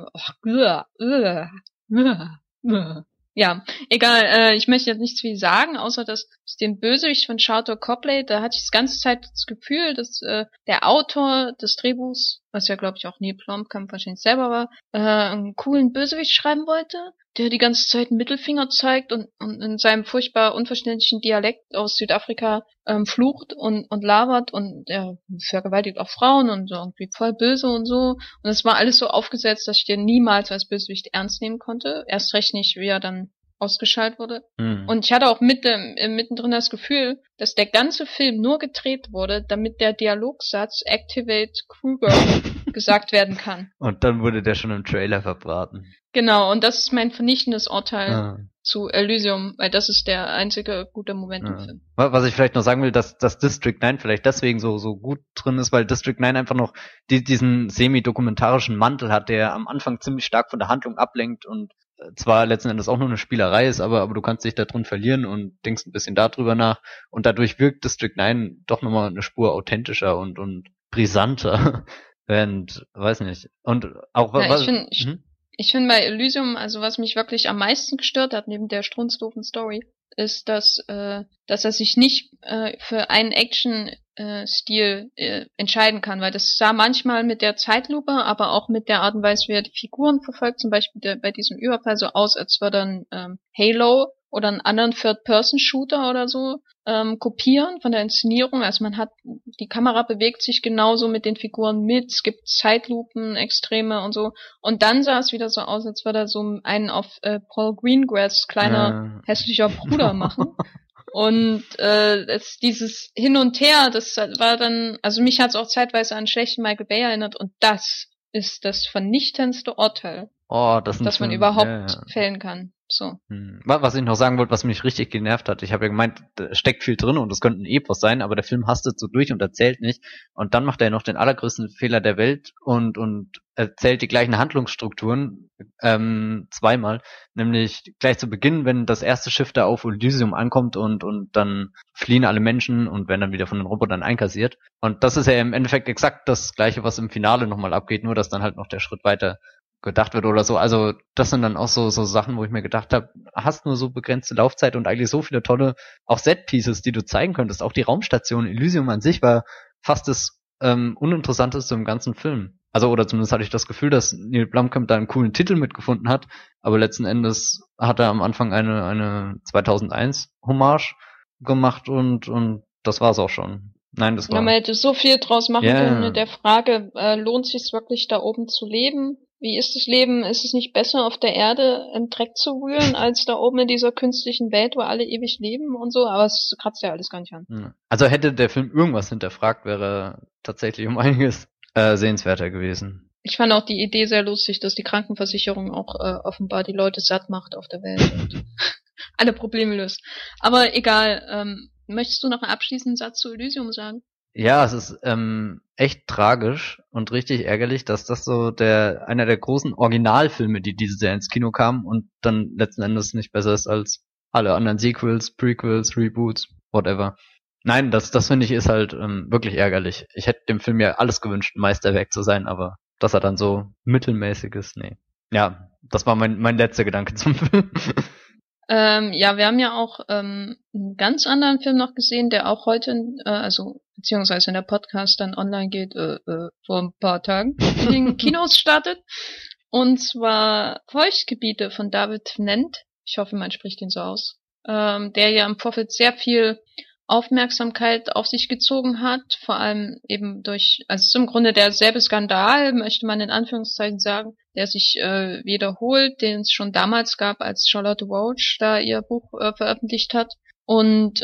Speaker 2: ja, egal, ich möchte jetzt nicht viel sagen, außer dass den Bösewicht von Sharlto Copley, da hatte ich die ganze Zeit das Gefühl, dass der Autor des Drehbuchs, was ja glaube ich auch Neil Blomkamp wahrscheinlich selber war, einen coolen Bösewicht schreiben wollte, der die ganze Zeit einen Mittelfinger zeigt und in seinem furchtbar unverständlichen Dialekt aus Südafrika flucht und labert und er vergewaltigt auch Frauen und so irgendwie voll böse und so. Und es war alles so aufgesetzt, dass ich den niemals als Bösewicht ernst nehmen konnte. Erst recht nicht, wie er dann ausgeschaltet wurde. Und ich hatte auch mittendrin das Gefühl, dass der ganze Film nur gedreht wurde, damit der Dialogsatz Activate Kruger gesagt werden kann.
Speaker 1: Und dann wurde der schon im Trailer verbraten.
Speaker 2: Genau, und das ist mein vernichtendes Urteil zu Elysium, weil das ist der einzige gute Moment im Film.
Speaker 1: Was ich vielleicht noch sagen will, dass District 9 vielleicht deswegen so gut drin ist, weil District 9 einfach noch diesen semi-dokumentarischen Mantel hat, der am Anfang ziemlich stark von der Handlung ablenkt und zwar letzten Endes auch nur eine Spielerei ist, aber du kannst dich da drin verlieren und denkst ein bisschen darüber nach und dadurch wirkt District 9 doch nochmal eine Spur authentischer und brisanter. Und weiß nicht. Und auch
Speaker 2: ich finde bei Elysium, also was mich wirklich am meisten gestört hat, neben der strunzdoofen Story, ist, dass er sich nicht für einen Action-Stil entscheiden kann, weil das sah manchmal mit der Zeitlupe, aber auch mit der Art und Weise, wie er die Figuren verfolgt, zum Beispiel bei diesem Überfall so aus, als würde ein Halo oder einen anderen Third-Person-Shooter oder so kopieren von der Inszenierung. Also die Kamera bewegt sich genauso mit den Figuren mit, es gibt Zeitlupen, Extreme und so. Und dann sah es wieder so aus, als würde er so einen auf Paul Greengrass kleiner hässlicher Bruder machen. Und dieses Hin und Her, das war dann, also mich hat es auch zeitweise an schlechten Michael Bay erinnert und das ist das vernichtendste Urteil, das man überhaupt fällen kann. So.
Speaker 1: Was ich noch sagen wollte, was mich richtig genervt hat, ich habe ja gemeint, da steckt viel drin und es könnte ein Epos sein, aber der Film hastet so durch und erzählt nicht und dann macht er noch den allergrößten Fehler der Welt und erzählt die gleichen Handlungsstrukturen zweimal, nämlich gleich zu Beginn, wenn das erste Schiff da auf Elysium ankommt und dann fliehen alle Menschen und werden dann wieder von den Robotern einkassiert und das ist ja im Endeffekt exakt das gleiche, was im Finale nochmal abgeht, nur dass dann halt noch der Schritt weiter gedacht wird oder so. Also das sind dann auch so Sachen, wo ich mir gedacht habe, hast nur so begrenzte Laufzeit und eigentlich so viele tolle auch Set-Pieces, die du zeigen könntest. Auch die Raumstation Elysium an sich war fast das Uninteressanteste im ganzen Film. Also oder zumindest hatte ich das Gefühl, dass Neil Blomkamp da einen coolen Titel mitgefunden hat, aber letzten Endes hat er am Anfang eine 2001 Hommage gemacht und das war's auch schon. Nein, das war...
Speaker 2: Ja, man hätte so viel draus machen können mit der Frage, lohnt es sich wirklich da oben zu leben? Wie ist das Leben? Ist es nicht besser, auf der Erde im Dreck zu wühlen, als da oben in dieser künstlichen Welt, wo alle ewig leben und so? Aber es kratzt ja alles gar nicht an.
Speaker 1: Also hätte der Film irgendwas hinterfragt, wäre tatsächlich um einiges sehenswerter gewesen.
Speaker 2: Ich fand auch die Idee sehr lustig, dass die Krankenversicherung auch offenbar die Leute satt macht auf der Welt und alle Probleme löst. Aber egal, möchtest du noch einen abschließenden Satz zu Elysium sagen?
Speaker 1: Ja, es ist echt tragisch und richtig ärgerlich, dass das so einer der großen Originalfilme, die dieses Jahr ins Kino kamen und dann letzten Endes nicht besser ist als alle anderen Sequels, Prequels, Reboots, whatever. Nein, das finde ich ist halt wirklich ärgerlich. Ich hätte dem Film ja alles gewünscht, ein Meisterwerk zu sein, aber dass er dann so mittelmäßig ist, nee. Ja, das war mein letzter Gedanke zum Film.
Speaker 2: Ja, wir haben ja auch einen ganz anderen Film noch gesehen, der auch heute, beziehungsweise in der Podcast dann online geht, vor ein paar Tagen in den Kinos startet. Und zwar Feuchtgebiete von David Tennant. Ich hoffe, man spricht ihn so aus. Der ja im Vorfeld sehr viel Aufmerksamkeit auf sich gezogen hat, vor allem eben also es ist im Grunde derselbe Skandal, möchte man in Anführungszeichen sagen, der sich wiederholt, den es schon damals gab, als Charlotte Roach da ihr Buch veröffentlicht hat. Und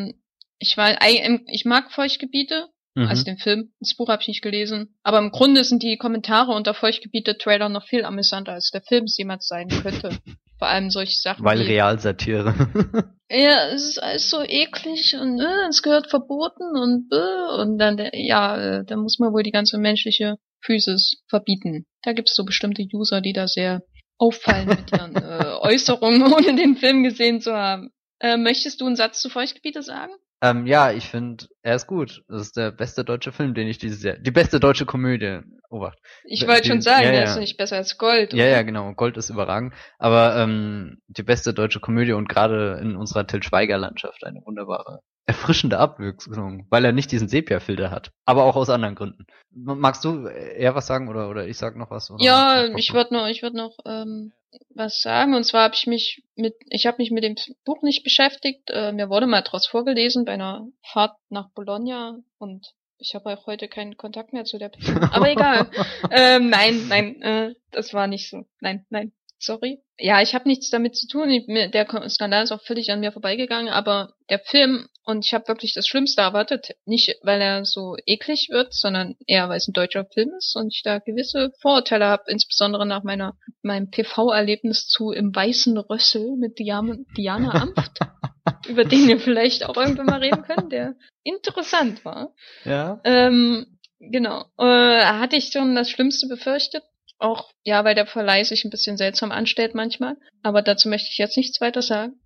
Speaker 2: ich mag Feuchtgebiete, also den Film, das Buch habe ich nicht gelesen, aber im Grunde sind die Kommentare unter Feuchtgebiete-Trailer noch viel amüsanter, als der Film es jemals sein könnte. Vor allem solche Sachen
Speaker 1: Weil Realsatire.
Speaker 2: Ja, es ist alles so eklig und es gehört verboten und dann, da muss man wohl die ganze menschliche Physis verbieten. Da gibt's so bestimmte User, die da sehr auffallen mit ihren Äußerungen, ohne den Film gesehen zu haben. Möchtest du einen Satz zu Feuchtgebiete sagen?
Speaker 1: Ja, ich finde, er ist gut. Das ist der beste deutsche Film, den ich dieses Jahr... Die beste deutsche Komödie. Obacht.
Speaker 2: Ich wollte schon sagen, der ist nicht besser als Gold, oder?
Speaker 1: Ja, genau. Gold ist überragend. Aber die beste deutsche Komödie und gerade in unserer Til Schweiger-Landschaft eine wunderbare, erfrischende Abwechslung, weil er nicht diesen Sepia-Filter hat. Aber auch aus anderen Gründen. Magst du eher was sagen oder ich sag noch was? Oder
Speaker 2: ja, ich würd noch was sagen. Und zwar habe ich mich mit dem Buch nicht beschäftigt. Mir wurde mal draus vorgelesen bei einer Fahrt nach Bologna und ich habe auch heute keinen Kontakt mehr zu der Person. Aber egal. Nein, das war nicht so. Nein, sorry. Ja, ich habe nichts damit zu tun. Der Skandal ist auch völlig an mir vorbeigegangen, aber der Film, und ich habe wirklich das Schlimmste erwartet, nicht weil er so eklig wird, sondern eher weil es ein deutscher Film ist und ich da gewisse Vorurteile habe, insbesondere nach meinem PV-Erlebnis zu Im weißen Rössel mit Diana Amft, über den wir vielleicht auch irgendwann mal reden können, der interessant war.
Speaker 1: Ja.
Speaker 2: Genau. Hatte ich schon das Schlimmste befürchtet. Auch, ja, weil der Verleih sich ein bisschen seltsam anstellt manchmal. Aber dazu möchte ich jetzt nichts weiter sagen.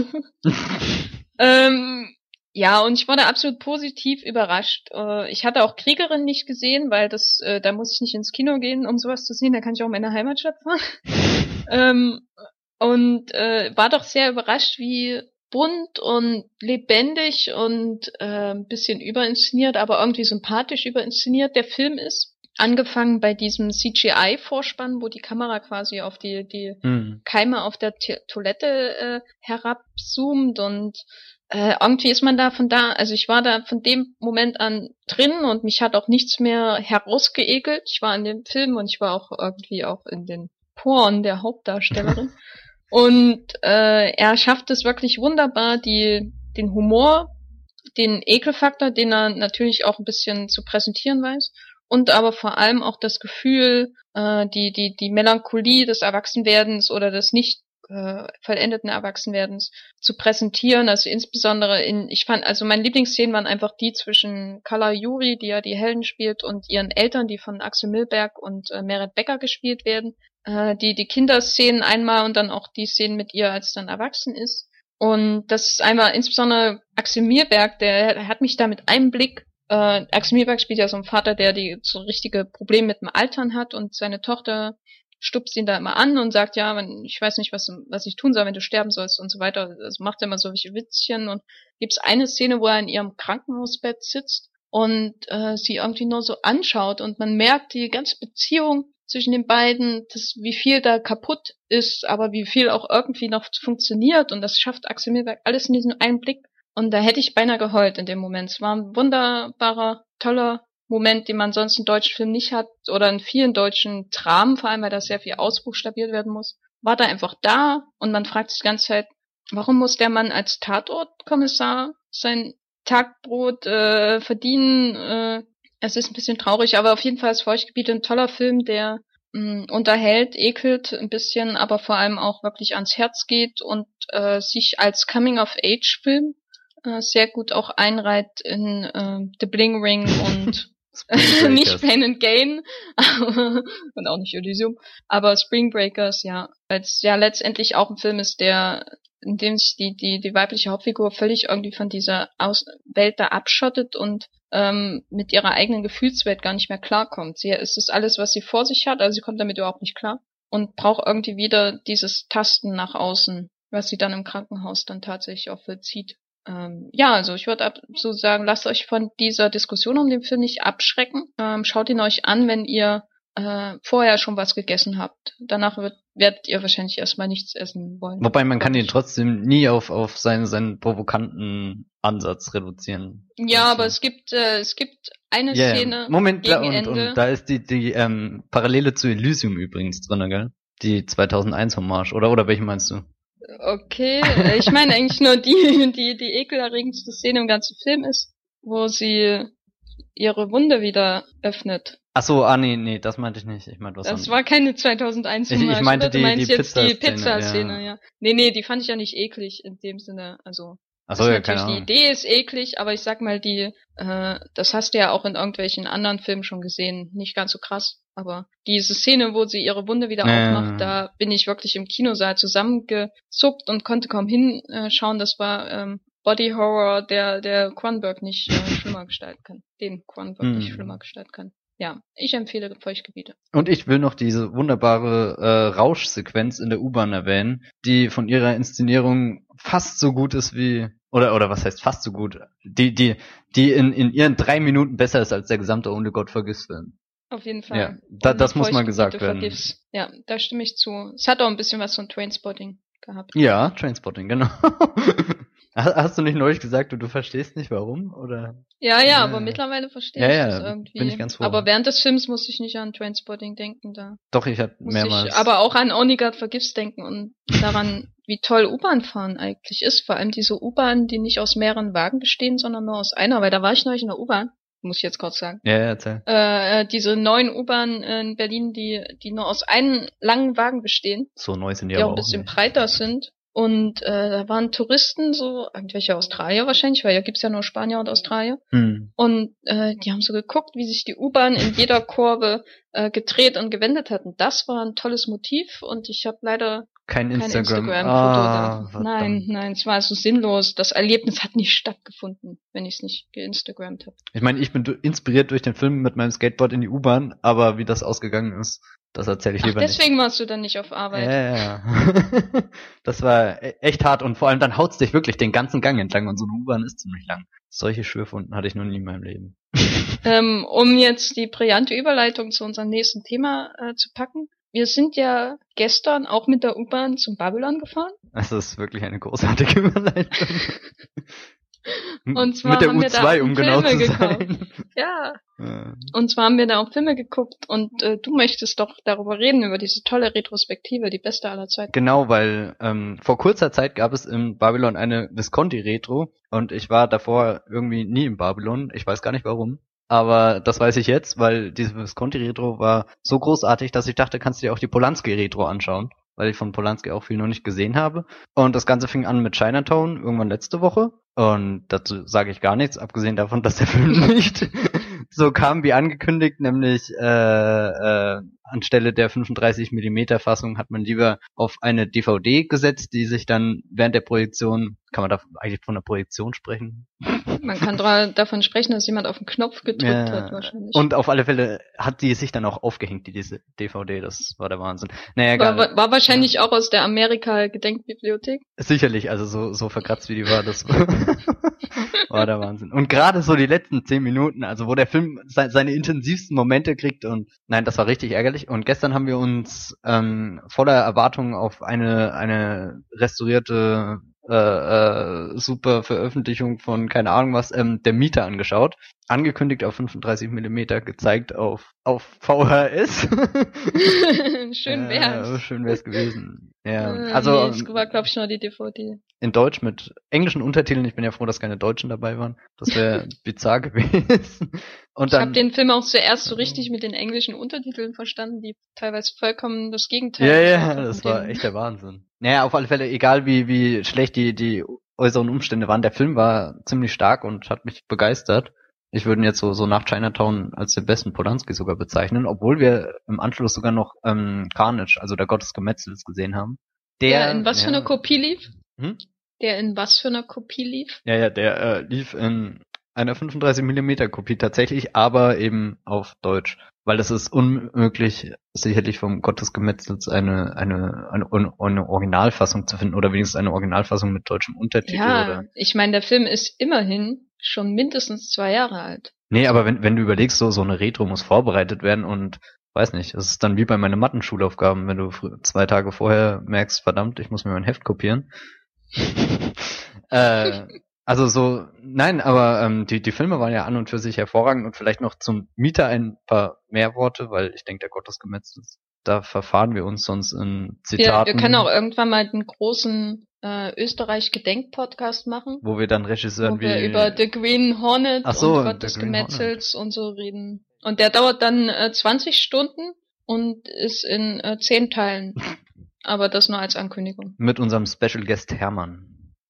Speaker 2: Ja, und ich wurde absolut positiv überrascht. Ich hatte auch Kriegerin nicht gesehen, weil da muss ich nicht ins Kino gehen, um sowas zu sehen. Da kann ich auch in meine Heimatstadt fahren. Und war doch sehr überrascht, wie bunt und lebendig und ein bisschen überinszeniert, aber irgendwie sympathisch überinszeniert der Film ist. Angefangen bei diesem CGI-Vorspann, wo die Kamera quasi auf die Keime auf der Toilette herabzoomt und irgendwie ist man also ich war da von dem Moment an drin und mich hat auch nichts mehr herausgeekelt. Ich war in dem Film und ich war auch irgendwie auch in den Poren der Hauptdarstellerin. Und er schafft es wirklich wunderbar, den Humor, den Ekelfaktor, den er natürlich auch ein bisschen zu präsentieren weiß, und aber vor allem auch das Gefühl, die Melancholie des Erwachsenwerdens oder des nicht vollendeten Erwachsenwerdens zu präsentieren. Also insbesondere also meine Lieblingsszenen waren einfach die zwischen Carla Juri, die ja die Helden spielt, und ihren Eltern, die von Axel Milberg und Meret Becker gespielt werden. Die Kinderszenen einmal und dann auch die Szenen mit ihr, als dann erwachsen ist. Und das ist einmal insbesondere Axel Milberg, der hat mich da mit einem Blick. Axel Milberg spielt ja so einen Vater, der so richtige Probleme mit dem Altern hat, und seine Tochter stupst ihn da immer an und sagt, ja, ich weiß nicht, was ich tun soll, wenn du sterben sollst und so weiter. Also macht er immer solche Witzchen, und gibt's eine Szene, wo er in ihrem Krankenhausbett sitzt und sie irgendwie nur so anschaut, und man merkt die ganze Beziehung zwischen den beiden, wie viel da kaputt ist, aber wie viel auch irgendwie noch funktioniert, und das schafft Axel Milberg alles in diesem einen Blick. Und da hätte ich beinahe geheult in dem Moment. Es war ein wunderbarer, toller Moment, den man sonst in deutschen Filmen nicht hat, oder in vielen deutschen Dramen, vor allem, weil da sehr viel ausbuchstabiert werden muss. War da einfach da, und man fragt sich die ganze Zeit, warum muss der Mann als Tatortkommissar sein Tagbrot verdienen? Es ist ein bisschen traurig, aber auf jeden Fall ist Feuchtgebiete ein toller Film, der unterhält, ekelt ein bisschen, aber vor allem auch wirklich ans Herz geht und sich als Coming-of-Age-Film sehr gut auch einreiht in The Bling Ring und nicht Pain and Gain und auch nicht Elysium, aber Spring Breakers, ja, weil es ja letztendlich auch ein Film ist, in dem sich die weibliche Hauptfigur völlig irgendwie von dieser Welt da abschottet und mit ihrer eigenen Gefühlswelt gar nicht mehr klarkommt. Es ist alles, was sie vor sich hat, also sie kommt damit überhaupt nicht klar und braucht irgendwie wieder dieses Tasten nach außen, was sie dann im Krankenhaus dann tatsächlich auch vollzieht. Ja, also ich würde so sagen, lasst euch von dieser Diskussion um den Film nicht abschrecken. Schaut ihn euch an, wenn ihr vorher schon was gegessen habt. Danach werdet ihr wahrscheinlich erstmal nichts essen wollen.
Speaker 1: Wobei man kann ihn trotzdem nie auf seinen provokanten Ansatz reduzieren.
Speaker 2: Ja, aber es gibt eine Szene
Speaker 1: Moment,
Speaker 2: gegen
Speaker 1: und
Speaker 2: Ende.
Speaker 1: da ist die Parallele zu Elysium übrigens drin, gell? Die 2001 Hommage, oder welche meinst du?
Speaker 2: Okay, ich meine eigentlich nur die ekelerregendste Szene im ganzen Film ist, wo sie ihre Wunde wieder öffnet.
Speaker 1: Ach so, nee, das meinte ich nicht. Ich meinte was
Speaker 2: Das war keine 2001 Hommage.
Speaker 1: Ich meinte
Speaker 2: oder? Du meinst
Speaker 1: die
Speaker 2: jetzt die
Speaker 1: Pizza-Szene,
Speaker 2: Pizza-Szene, ja. Nee, die fand ich ja nicht eklig in dem Sinne. Also,
Speaker 1: ach so, ja,
Speaker 2: keine Ahnung. Die Idee ist eklig, aber ich sag mal, das hast du ja auch in irgendwelchen anderen Filmen schon gesehen. Nicht ganz so krass. Aber diese Szene, wo sie ihre Wunde wieder aufmacht, da bin ich wirklich im Kinosaal zusammengezuckt und konnte kaum hinschauen. Das war Body Horror, der Cronenberg nicht schlimmer gestalten kann. Den Cronenberg nicht schlimmer gestalten kann. Ja, ich empfehle Feuchtgebiete.
Speaker 1: Und ich will noch diese wunderbare Rauschsequenz in der U-Bahn erwähnen, die von ihrer Inszenierung fast so gut ist wie, oder was heißt fast so gut, die in ihren 3 Minuten besser ist als der gesamte Ohne Gott vergisst Film.
Speaker 2: Auf jeden Fall.
Speaker 1: Ja, das muss mal gesagt werden.
Speaker 2: Vergifts. Ja, da stimme ich zu. Es hat auch ein bisschen was von Trainspotting gehabt.
Speaker 1: Ja, Trainspotting, genau. Hast du nicht neulich gesagt, du verstehst nicht warum, oder?
Speaker 2: Ja, aber mittlerweile verstehe ich das irgendwie.
Speaker 1: Bin ich ganz froh.
Speaker 2: Aber während des Films musste ich nicht an Trainspotting denken, da.
Speaker 1: Doch, ich hatte mehrmals.
Speaker 2: Aber auch an Only God Forgives denken und daran, wie toll U-Bahn fahren eigentlich ist. Vor allem diese U-Bahn, die nicht aus mehreren Wagen bestehen, sondern nur aus einer, weil da war ich neulich in der U-Bahn. Muss ich jetzt kurz sagen.
Speaker 1: Ja, erzähl.
Speaker 2: Diese neuen U-Bahnen in Berlin, die nur aus einem langen Wagen bestehen.
Speaker 1: So neu sind die
Speaker 2: aber
Speaker 1: auch
Speaker 2: ein bisschen
Speaker 1: nicht.
Speaker 2: breiter sind. Und da waren Touristen, so irgendwelche Australier wahrscheinlich, weil ja gibt's ja nur Spanier und Australier. Und die haben so geguckt, wie sich die U-Bahn in jeder Kurve gedreht und gewendet hat. Und das war ein tolles Motiv und ich habe leider kein Instagram-Foto da. Nein, es war so sinnlos. Das Erlebnis hat nicht stattgefunden, wenn ich es nicht geinstagrammt habe.
Speaker 1: Ich meine, ich bin inspiriert durch den Film mit meinem Skateboard in die U-Bahn, aber wie das ausgegangen ist, das erzähle ich lieber nicht.
Speaker 2: Deswegen warst du dann nicht auf Arbeit.
Speaker 1: Ja. Das war echt hart und vor allem dann haut's dich wirklich den ganzen Gang entlang und so eine U-Bahn ist ziemlich lang. Solche Schürfwunden hatte ich noch nie in meinem Leben.
Speaker 2: Um jetzt die brillante Überleitung zu unserem nächsten Thema zu packen. Wir sind ja gestern auch mit der U-Bahn zum Babylon gefahren.
Speaker 1: Das ist wirklich eine großartige Überleitung.
Speaker 2: Und zwar
Speaker 1: mit der
Speaker 2: haben
Speaker 1: U2,
Speaker 2: wir da
Speaker 1: um genau
Speaker 2: Filme
Speaker 1: zu
Speaker 2: gekauft.
Speaker 1: sein.
Speaker 2: Ja. Und zwar haben wir da auch Filme geguckt und du möchtest doch darüber reden, über diese tolle Retrospektive, die beste aller Zeiten.
Speaker 1: Genau, weil vor kurzer Zeit gab es im Babylon eine Visconti-Retro und ich war davor irgendwie nie im Babylon. Ich weiß gar nicht warum. Aber das weiß ich jetzt, weil diese Visconti-Retro war so großartig, dass ich dachte, kannst du dir auch die Polanski-Retro anschauen, weil ich von Polanski auch viel noch nicht gesehen habe. Und das Ganze fing an mit Chinatown, irgendwann letzte Woche. Und dazu sage ich gar nichts, abgesehen davon, dass der Film nicht so kam wie angekündigt, nämlich anstelle der 35mm Fassung hat man lieber auf eine DVD gesetzt, die sich dann während der Projektion, kann man da eigentlich von einer Projektion sprechen?
Speaker 2: Man kann davon sprechen, dass jemand auf den Knopf gedrückt hat wahrscheinlich.
Speaker 1: Und auf alle Fälle hat die sich dann auch aufgehängt, diese DVD, das war der Wahnsinn. Naja,
Speaker 2: war wahrscheinlich auch aus der Amerika-Gedenkbibliothek.
Speaker 1: Sicherlich, also so verkratzt wie die war, das war der Wahnsinn. Und gerade so die letzten 10 Minuten, also wo der Film seine intensivsten Momente kriegt und nein, das war richtig ärgerlich. Und gestern haben wir uns voller Erwartungen auf eine restaurierte super Veröffentlichung von keine Ahnung was, der Mieter angeschaut. Angekündigt auf 35mm, gezeigt auf VHS.
Speaker 2: Schön wär's.
Speaker 1: Schön wär's gewesen. Ja,
Speaker 2: also nee, es war glaube ich nur die DVD.
Speaker 1: In Deutsch mit englischen Untertiteln. Ich bin ja froh, dass keine Deutschen dabei waren. Das wäre bizarr gewesen. Und dann,
Speaker 2: ich habe den Film auch zuerst so richtig mit den englischen Untertiteln verstanden, die teilweise vollkommen das Gegenteil.
Speaker 1: Ja, das war echt der Wahnsinn. Naja, auf alle Fälle, egal wie schlecht die äußeren Umstände waren, der Film war ziemlich stark und hat mich begeistert. Ich würde ihn jetzt so nach Chinatown als den besten Polanski sogar bezeichnen, obwohl wir im Anschluss sogar noch Carnage, also der Gott des Gemetzels, gesehen haben.
Speaker 2: Der in was für einer Kopie lief? Der in was für einer Kopie lief?
Speaker 1: Ja, der lief in einer 35mm Kopie tatsächlich, aber eben auf Deutsch. Weil es ist unmöglich, sicherlich vom Gott des Gemetzels eine Originalfassung zu finden oder wenigstens eine Originalfassung mit deutschem Untertitel.
Speaker 2: Ja,
Speaker 1: oder.
Speaker 2: Ich meine, der Film ist immerhin schon mindestens 2 Jahre alt.
Speaker 1: Nee, aber wenn du überlegst, so eine Retro muss vorbereitet werden und weiß nicht, es ist dann wie bei meinen Mathe-Schulaufgaben, wenn du 2 Tage vorher merkst, verdammt, ich muss mir mein Heft kopieren. Also so, nein, aber die Filme waren ja an und für sich hervorragend und vielleicht noch zum Mieter ein paar mehr Worte, weil ich denke, der Gott des Gemetzels, da verfahren wir uns sonst in Zitaten.
Speaker 2: Wir können auch irgendwann mal einen großen Österreich-Gedenk-Podcast machen,
Speaker 1: wo wir dann Regisseuren
Speaker 2: wo wir über The Green Hornet und Gott des Gemetzels und so reden. Und der dauert dann 20 Stunden und ist in 10 Teilen. Aber das nur als Ankündigung.
Speaker 1: Mit unserem Special Guest Hermann.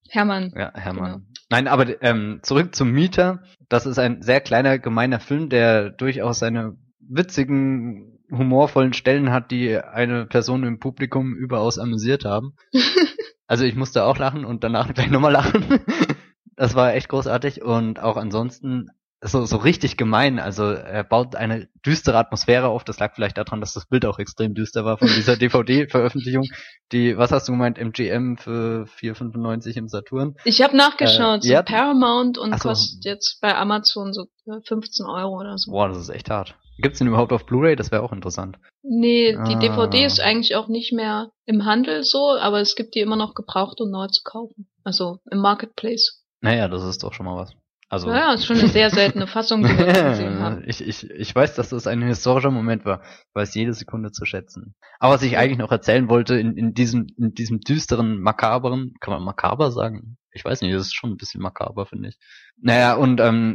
Speaker 1: Ja, Hermann. Genau. Nein, aber zurück zum Mieter. Das ist ein sehr kleiner, gemeiner Film, der durchaus seine witzigen, humorvollen Stellen hat, die eine Person im Publikum überaus amüsiert haben. Also ich musste auch lachen und danach gleich nochmal lachen. Das war echt großartig und auch ansonsten so richtig gemein. Also er baut eine düstere Atmosphäre auf. Das lag vielleicht daran, dass das Bild auch extrem düster war von dieser DVD-Veröffentlichung. Die, was hast du gemeint, MGM für 4,95 im Saturn?
Speaker 2: Ich habe nachgeschaut, so
Speaker 1: ja,
Speaker 2: Paramount und kostet jetzt bei Amazon so 15 Euro oder so.
Speaker 1: Boah, das ist echt hart. Gibt's den überhaupt auf Blu-ray? Das wäre auch interessant.
Speaker 2: Nee, die DVD ist eigentlich auch nicht mehr im Handel so, aber es gibt die immer noch gebraucht und neu zu kaufen. Also im Marketplace.
Speaker 1: Naja, das ist doch schon mal was. Also
Speaker 2: ja, ist schon eine sehr seltene Fassung, die wir gesehen haben.
Speaker 1: Ich weiß, dass das ein historischer Moment war. Ich weiß jede Sekunde zu schätzen. Aber was ich eigentlich noch erzählen wollte, in diesem düsteren, makaberen, kann man makaber sagen? Ich weiß nicht, das ist schon ein bisschen makaber, finde ich. Naja, und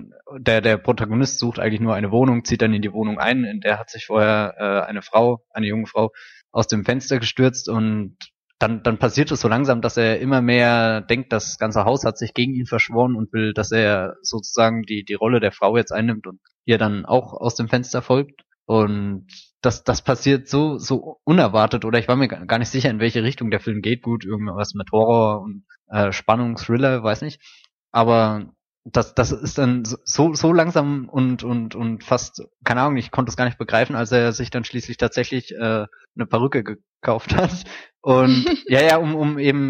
Speaker 1: der Protagonist sucht eigentlich nur eine Wohnung, zieht dann in die Wohnung ein, in der hat sich vorher eine junge Frau, aus dem Fenster gestürzt und dann passiert es so langsam, dass er immer mehr denkt, das ganze Haus hat sich gegen ihn verschworen und will, dass er sozusagen die Rolle der Frau jetzt einnimmt und ihr dann auch aus dem Fenster folgt. Und das passiert so unerwartet, oder ich war mir gar nicht sicher, in welche Richtung der Film geht. Gut, irgendwas mit Horror und Spannung, Thriller, weiß nicht. Aber das ist dann so langsam und fast, keine Ahnung, ich konnte es gar nicht begreifen, als er sich dann schließlich tatsächlich eine Perücke gekauft hat. Und ja, um eben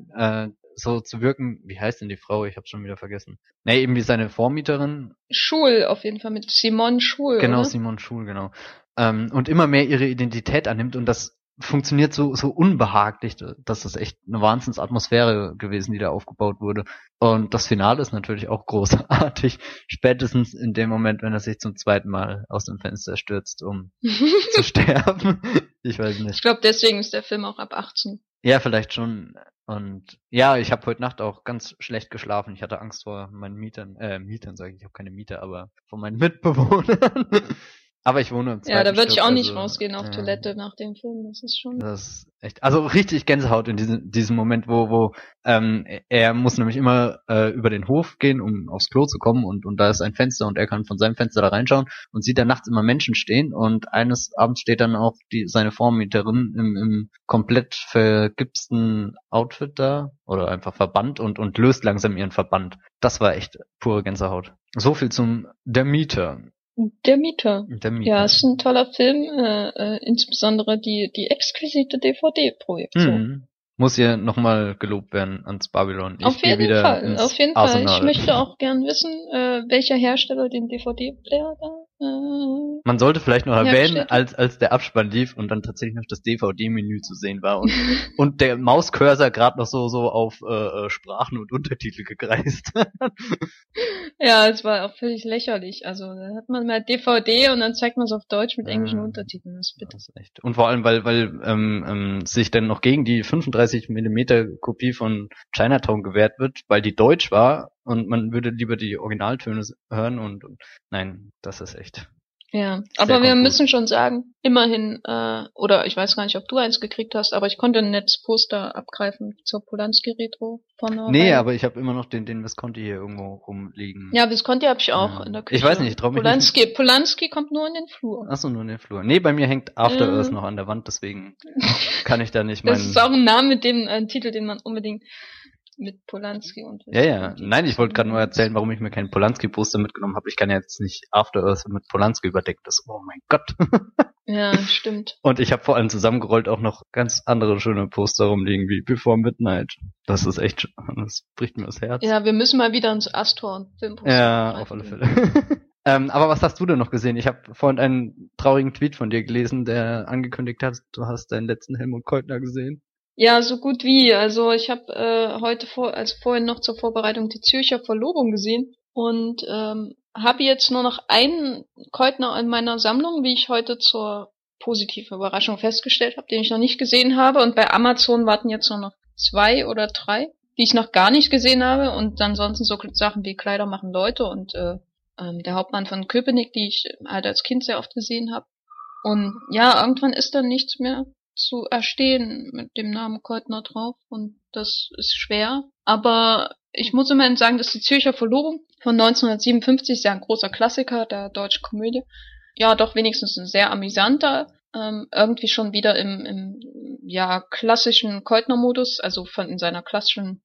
Speaker 1: so zu wirken, wie heißt denn die Frau? Ich hab's schon wieder vergessen. Nee, eben wie seine Vormieterin.
Speaker 2: Schul, auf jeden Fall, mit Simone Schul,
Speaker 1: genau,
Speaker 2: oder?
Speaker 1: Simone Schul, genau. Und immer mehr ihre Identität annimmt und das funktioniert so unbehaglich. Das ist echt eine Wahnsinnsatmosphäre gewesen, die da aufgebaut wurde. Und das Finale ist natürlich auch großartig. Spätestens in dem Moment, wenn er sich zum zweiten Mal aus dem Fenster stürzt, um zu sterben. Ich weiß nicht.
Speaker 2: Ich glaube, deswegen ist der Film auch ab 18.
Speaker 1: Ja, vielleicht schon. Und ja, ich habe heute Nacht auch ganz schlecht geschlafen. Ich hatte Angst vor meinen Mietern sage ich habe keine Mieter, aber vor meinen Mitbewohnern. Aber ich wohne im zweiten
Speaker 2: Ja, da würde ich auch nicht
Speaker 1: also,
Speaker 2: rausgehen auf Toilette nach dem Film. Das ist schon.
Speaker 1: Das ist echt, also richtig Gänsehaut in diesem Moment, wo er muss nämlich immer über den Hof gehen, um aufs Klo zu kommen und da ist ein Fenster und er kann von seinem Fenster da reinschauen und sieht dann nachts immer Menschen stehen und eines Abends steht dann auch seine Vormieterin im komplett vergipsten Outfit da oder einfach Verband und löst langsam ihren Verband. Das war echt pure Gänsehaut. So viel zum Der Mieter.
Speaker 2: Der Mieter. Ja, ist ein toller Film, insbesondere die exquisite DVD-Projektion.
Speaker 1: Muss hier nochmal gelobt werden ans Babylon.
Speaker 2: Auf jeden Fall. Ich möchte auch gern wissen, welcher Hersteller den DVD-Player da
Speaker 1: man sollte vielleicht noch erwähnen, als der Abspann lief und dann tatsächlich noch das DVD-Menü zu sehen war und der Mauscursor gerade noch so auf Sprachen und Untertitel gekreist.
Speaker 2: Ja, es war auch völlig lächerlich. Also da hat man mal DVD und dann zeigt man es auf Deutsch mit englischen Untertiteln. Das ist bitter.
Speaker 1: Das ist echt. Und vor allem, weil sich dann noch gegen die 35mm Kopie von Chinatown gewehrt wird, weil die deutsch war und man würde lieber die Originaltöne hören und nein, das ist echt.
Speaker 2: Ja, aber wir müssen schon sagen, immerhin, oder ich weiß gar nicht, ob du eins gekriegt hast, aber ich konnte ein nettes Poster abgreifen zur Polanski-Retro von der
Speaker 1: Nee, aber ich habe immer noch den Visconti hier irgendwo rumliegen.
Speaker 2: Ja, Visconti habe ich auch in der Küche.
Speaker 1: Ich weiß nicht, ich trau mich nicht.
Speaker 2: Polanski kommt nur in den Flur.
Speaker 1: Achso, nur in den Flur. Nee, bei mir hängt After Earth noch an der Wand, deswegen kann ich da nicht
Speaker 2: Das ist auch ein Name, ein Titel, den man unbedingt mit Polanski und
Speaker 1: ja. Nein, ich wollte gerade nur erzählen, warum ich mir keinen Polanski-Poster mitgenommen habe. Ich kann ja jetzt nicht After Earth mit Polanski überdecken. Oh mein Gott.
Speaker 2: Ja, stimmt.
Speaker 1: Und ich habe vor allem zusammengerollt auch noch ganz andere schöne Poster rumliegen, wie Before Midnight. Das ist echt, das bricht mir das Herz.
Speaker 2: Ja, wir müssen mal wieder ins Astor und Filmposter.
Speaker 1: Ja, auf alle Fälle. Aber was hast du denn noch gesehen? Ich habe vorhin einen traurigen Tweet von dir gelesen, der angekündigt hat, du hast deinen letzten Helmut Keutner gesehen.
Speaker 2: Ja, so gut wie. Also ich habe vorhin noch zur Vorbereitung die Zürcher Verlobung gesehen und habe jetzt nur noch einen Keutner in meiner Sammlung, wie ich heute zur positiven Überraschung festgestellt habe, den ich noch nicht gesehen habe. Und bei Amazon warten jetzt nur noch 2 oder 3, die ich noch gar nicht gesehen habe. Und ansonsten so Sachen wie Kleider machen Leute und der Hauptmann von Köpenick, die ich halt als Kind sehr oft gesehen habe. Und ja, irgendwann ist dann nichts mehr zu erstehen mit dem Namen Keutner drauf und das ist schwer. Aber ich muss immerhin sagen, dass die Zürcher Verlobung von 1957 ist ja ein großer Klassiker der deutschen Komödie. Ja, doch wenigstens ein sehr amüsanter, irgendwie schon wieder im ja klassischen Keutner-Modus, also von in seiner klassischen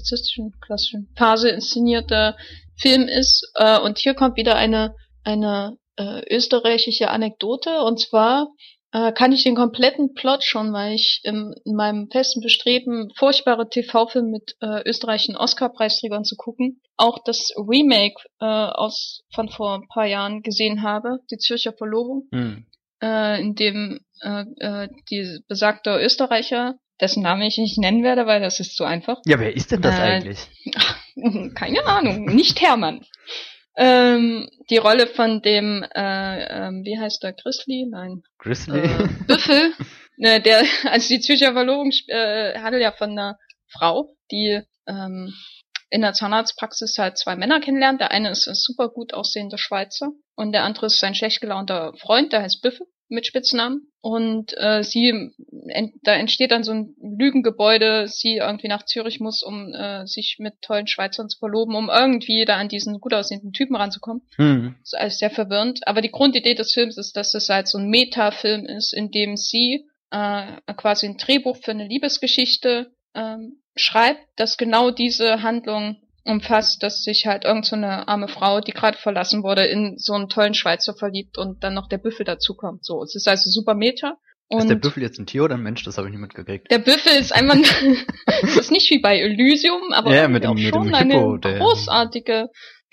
Speaker 2: Phase inszenierte Film ist. Und hier kommt wieder eine österreichische Anekdote, und zwar kann ich den kompletten Plot schon, weil ich in meinem festen Bestreben, furchtbare TV-Filme mit österreichischen Oscar-Preisträgern zu gucken, auch das Remake von vor ein paar Jahren gesehen habe, die Zürcher Verlobung, in dem die besagte Österreicher, dessen Namen ich nicht nennen werde, weil das ist zu einfach.
Speaker 1: Ja, wer ist denn das eigentlich?
Speaker 2: Keine Ahnung, nicht Hermann. Die Rolle von dem, wie heißt der, Grizzly? Nein.
Speaker 1: Grizzly?
Speaker 2: Büffel, also die Zürcher Verlobung handelt ja von einer Frau, die in der Zahnarztpraxis halt 2 Männer kennenlernt. Der eine ist ein super gut aussehender Schweizer und der andere ist sein schlecht gelaunter Freund, der heißt Büffel mit Spitznamen. Und da entsteht dann so ein Lügengebäude, sie irgendwie nach Zürich muss, um sich mit tollen Schweizern zu verloben, um irgendwie da an diesen gut aussehenden Typen ranzukommen. Das ist alles sehr verwirrend. Aber die Grundidee des Films ist, dass es halt so ein Meta-Film ist, in dem sie quasi ein Drehbuch für eine Liebesgeschichte schreibt, das genau diese Handlung umfasst, dass sich halt irgend so eine arme Frau, die gerade verlassen wurde, in so einen tollen Schweizer verliebt und dann noch der Büffel dazukommt. So, es ist also super Meta.
Speaker 1: Ist der Büffel jetzt ein Tier oder ein Mensch? Das habe ich nicht mitgekriegt.
Speaker 2: Der Büffel ist einfach, es ist nicht wie bei Elysium, aber
Speaker 1: ja,
Speaker 2: mit schon eine großartige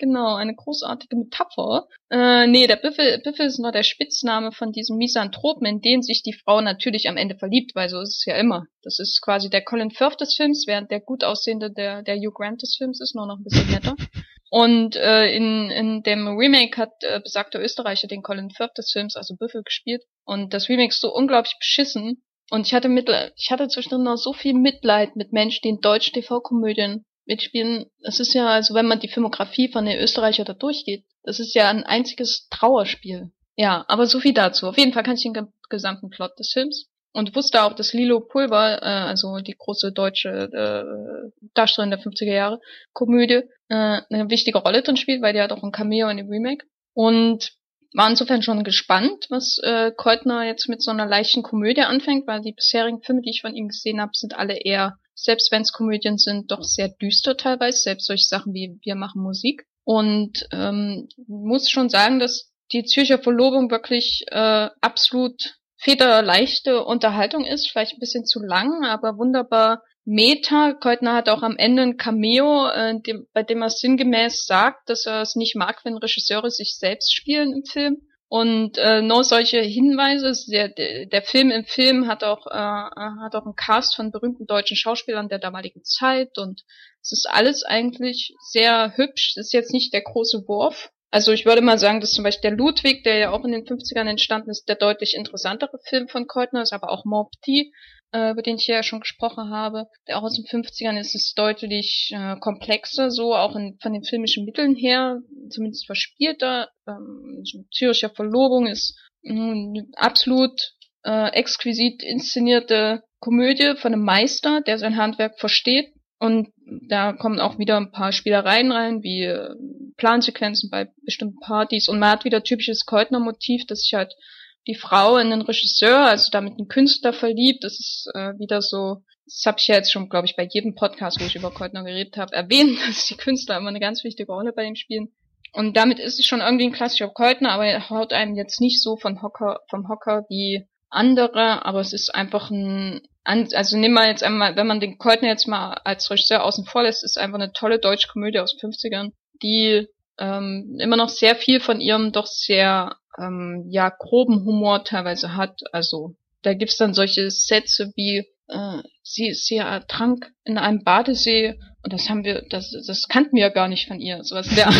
Speaker 2: Metapher. Der Büffel ist nur der Spitzname von diesem Misanthropen, in den sich die Frau natürlich am Ende verliebt, weil so ist es ja immer. Das ist quasi der Colin Firth des Films, während der gut aussehende der Hugh Grant des Films ist, nur noch ein bisschen netter. Und in dem Remake hat besagter Österreicher den Colin Firth des Films, also Büffel, gespielt. Und das Remake ist so unglaublich beschissen. Und ich hatte zwischendrin noch so viel Mitleid mit Menschen, die in deutschen TV-Komödien mitspielen. Es ist ja, also wenn man die Filmografie von den Österreichern da durchgeht, das ist ja ein einziges Trauerspiel. Ja, aber so viel dazu. Auf jeden Fall kann ich den gesamten Plot des Films. Und wusste auch, dass Lilo Pulver, also die große deutsche Darstellerin der 50er Jahre Komödie, eine wichtige Rolle drin spielt, weil die hat auch ein Cameo in dem Remake. Und war insofern schon gespannt, was Keutner jetzt mit so einer leichten Komödie anfängt, weil die bisherigen Filme, die ich von ihm gesehen habe, sind alle eher, selbst wenn es Komödien sind, doch sehr düster teilweise, selbst solche Sachen wie Wir machen Musik. Und muss schon sagen, dass die Zürcher Verlobung wirklich absolut federleichte Unterhaltung ist, vielleicht ein bisschen zu lang, aber wunderbar Meta. Keutner hat auch am Ende ein Cameo, bei dem er sinngemäß sagt, dass er es nicht mag, wenn Regisseure sich selbst spielen im Film. Und nur solche Hinweise, der Film im Film hat auch einen Cast von berühmten deutschen Schauspielern der damaligen Zeit und es ist alles eigentlich sehr hübsch. Es ist jetzt nicht der große Wurf. Also ich würde mal sagen, dass zum Beispiel der Ludwig, der ja auch in den 50ern entstanden ist, der deutlich interessantere Film von Keutner ist, aber auch Maupetit, über den ich ja schon gesprochen habe, der auch aus den 50ern ist, ist deutlich komplexer, so auch von den filmischen Mitteln her, zumindest verspielter. Zürcher Verlobung ist absolut exquisit inszenierte Komödie von einem Meister, der sein Handwerk versteht. Und da kommen auch wieder ein paar Spielereien rein, wie Plansequenzen bei bestimmten Partys. Und man hat wieder typisches Keutner-Motiv, dass sich halt die Frau in den Regisseur, also damit einen Künstler verliebt. Das ist wieder so, das habe ich ja jetzt schon, glaube ich, bei jedem Podcast, wo ich über Keutner geredet habe, erwähnt, dass die Künstler immer eine ganz wichtige Rolle bei ihm spielen. Und damit ist es schon irgendwie ein klassischer Keutner, aber er haut einem jetzt nicht so vom Hocker wie andere, aber es ist einfach also nimm mal jetzt einmal, wenn man den Keutner jetzt mal als Regisseur außen vor lässt, ist einfach eine tolle deutsche Komödie aus den 50ern, die immer noch sehr viel von ihrem doch sehr groben Humor teilweise hat. Also da gibt's dann solche Sätze wie sie ertrank in einem Badesee und das kannten wir ja gar nicht von ihr. Sowas der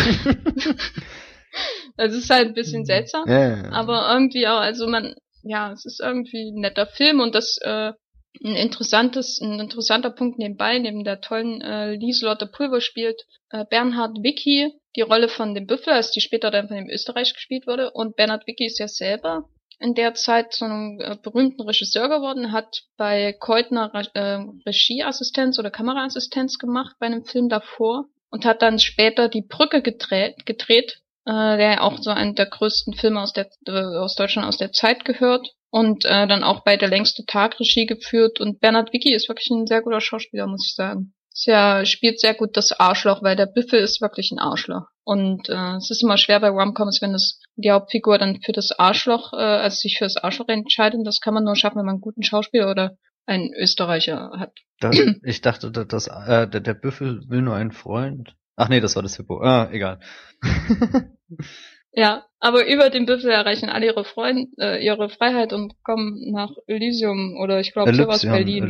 Speaker 2: Das ist halt ein bisschen seltsam, aber irgendwie auch, also es ist irgendwie ein netter Film und das ein interessanter Punkt nebenbei, neben der tollen Lieselotte Pulver spielt Bernhard Wicki die Rolle von dem Büffel, als die später dann von dem Österreich gespielt wurde. Und Bernhard Wicki ist ja selber in der Zeit zu einem berühmten Regisseur geworden, hat bei Keutner Regieassistenz oder Kameraassistenz gemacht bei einem Film davor und hat dann später Die Brücke gedreht, der auch so einen der größten Filme aus Deutschland aus der Zeit gehört. Und dann auch bei Der längste Tag Regie geführt. Und Bernhard Wicki ist wirklich ein sehr guter Schauspieler, muss ich sagen. Spielt sehr gut das Arschloch, weil der Büffel ist wirklich ein Arschloch. Und es ist immer schwer bei Rom-Coms, wenn die Hauptfigur dann für das Arschloch, sich für das Arschloch entscheidet. Das kann man nur schaffen, wenn man einen guten Schauspieler oder einen Österreicher hat.
Speaker 1: Ich dachte, der Büffel will nur einen Freund. Ach nee, das war das Hippo. Egal.
Speaker 2: Ja, aber über den Büffel erreichen alle ihre Freiheit und kommen nach Elysium oder ich glaube sowas Berlin.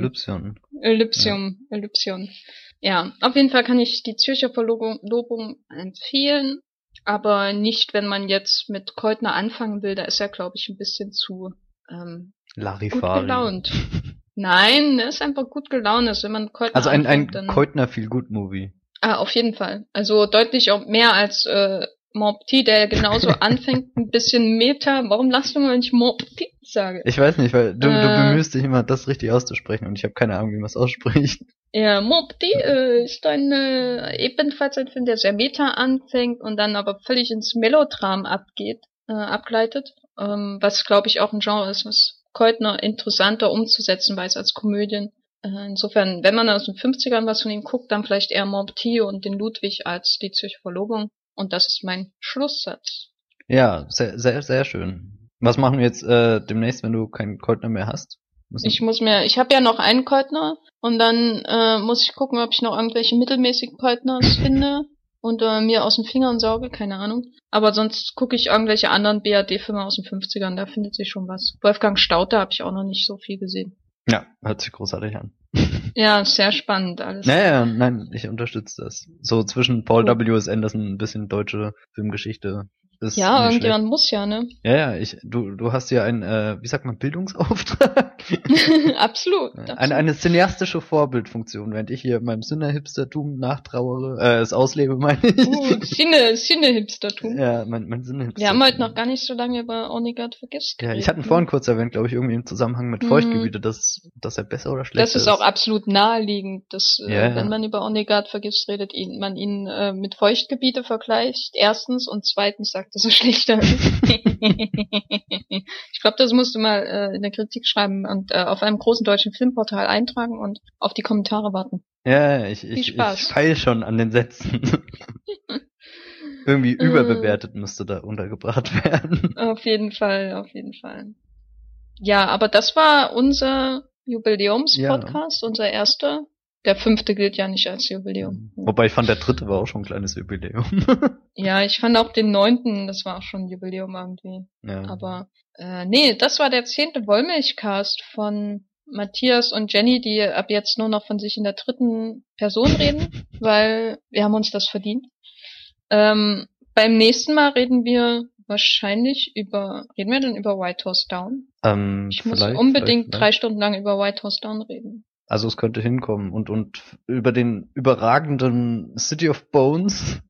Speaker 2: Elysium. Ja, auf jeden Fall kann ich die Zürcher Verlobung empfehlen, aber nicht, wenn man jetzt mit Keutner anfangen will. Da ist er, glaube ich, ein bisschen zu gut gelaunt. Nein, er ist einfach gut gelaunt. Also wenn man Keutner
Speaker 1: ein Keutner Feel-Good-Movie.
Speaker 2: Auf jeden Fall. Also deutlich auch mehr als Mopti, der genauso anfängt, ein bisschen Meta. Warum lachst du mal, wenn ich Mopti sage?
Speaker 1: Ich weiß nicht, weil du bemühst dich immer, das richtig auszusprechen und ich habe keine Ahnung, wie man es ausspricht.
Speaker 2: Ja, Mopti ist ebenfalls ein Film, der sehr Meta anfängt und dann aber völlig ins Melodram abgleitet. Was, glaube ich, auch ein Genre ist, was Keutner interessanter umzusetzen weiß als Komödien. Insofern, wenn man aus den 50ern was von ihm guckt, dann vielleicht eher Mopti und den Ludwig als die Zürcher Verlobung. Und das ist mein Schlusssatz.
Speaker 1: Ja, sehr, sehr, sehr schön. Was machen wir jetzt demnächst, wenn du keinen Keutner mehr hast?
Speaker 2: Ich habe ja noch einen Keutner und dann muss ich gucken, ob ich noch irgendwelche mittelmäßigen Keutners finde und mir aus den Fingern sauge, keine Ahnung. Aber sonst gucke ich irgendwelche anderen BRD-Filme aus den 50ern, da findet sich schon was. Wolfgang Stauter habe ich auch noch nicht so viel gesehen.
Speaker 1: Ja, hört sich großartig an.
Speaker 2: Ja, sehr spannend alles.
Speaker 1: Naja, nein, ich unterstütze das. So zwischen Paul W.S. Anderson ein bisschen deutsche Filmgeschichte. Ist
Speaker 2: ja, irgendjemand muss ja, ne?
Speaker 1: Ja, du hast ja einen, wie sagt man, Bildungsauftrag?
Speaker 2: Absolut.
Speaker 1: Eine cineastische Vorbildfunktion, während ich hier in meinem Sinne-Hipstertum nachtrauere, es auslebe, meine ich.
Speaker 2: Sinne-Hipstertum.
Speaker 1: Ja, mein Sinne-Hipstertum.
Speaker 2: Wir haben heute noch gar nicht so lange über Onigard vergisst.
Speaker 1: Ja, ich hatte ihn vorhin kurz erwähnt, glaube ich, irgendwie im Zusammenhang mit Feuchtgebiete, dass er besser oder schlechter ist.
Speaker 2: Das ist auch absolut naheliegend, dass, wenn man über Onigard vergisst, man ihn mit Feuchtgebiete vergleicht, erstens, und zweitens sagt, dass er schlechter ist. Ich glaube, das musst du mal in der Kritik schreiben und auf einem großen deutschen Filmportal eintragen und auf die Kommentare warten.
Speaker 1: Ja, ich feil schon an den Sätzen. Irgendwie überbewertet müsste da untergebracht werden.
Speaker 2: Auf jeden Fall. Ja, aber das war unser Jubiläumspodcast, unser erster. Der 5. gilt ja nicht als Jubiläum.
Speaker 1: Wobei ich fand, der 3. war auch schon ein kleines Jubiläum.
Speaker 2: Ja, ich fand auch den 9., das war auch schon ein Jubiläum irgendwie. Ja. Aber das war der 10. Wollmilchcast von Matthias und Jenny, die ab jetzt nur noch von sich in der 3. Person reden, weil wir haben uns das verdient. Beim nächsten Mal reden wir dann über White Horse Down? Ich muss unbedingt 3 Stunden lang über White Horse Down reden.
Speaker 1: Also es könnte hinkommen und über den überragenden City of Bones.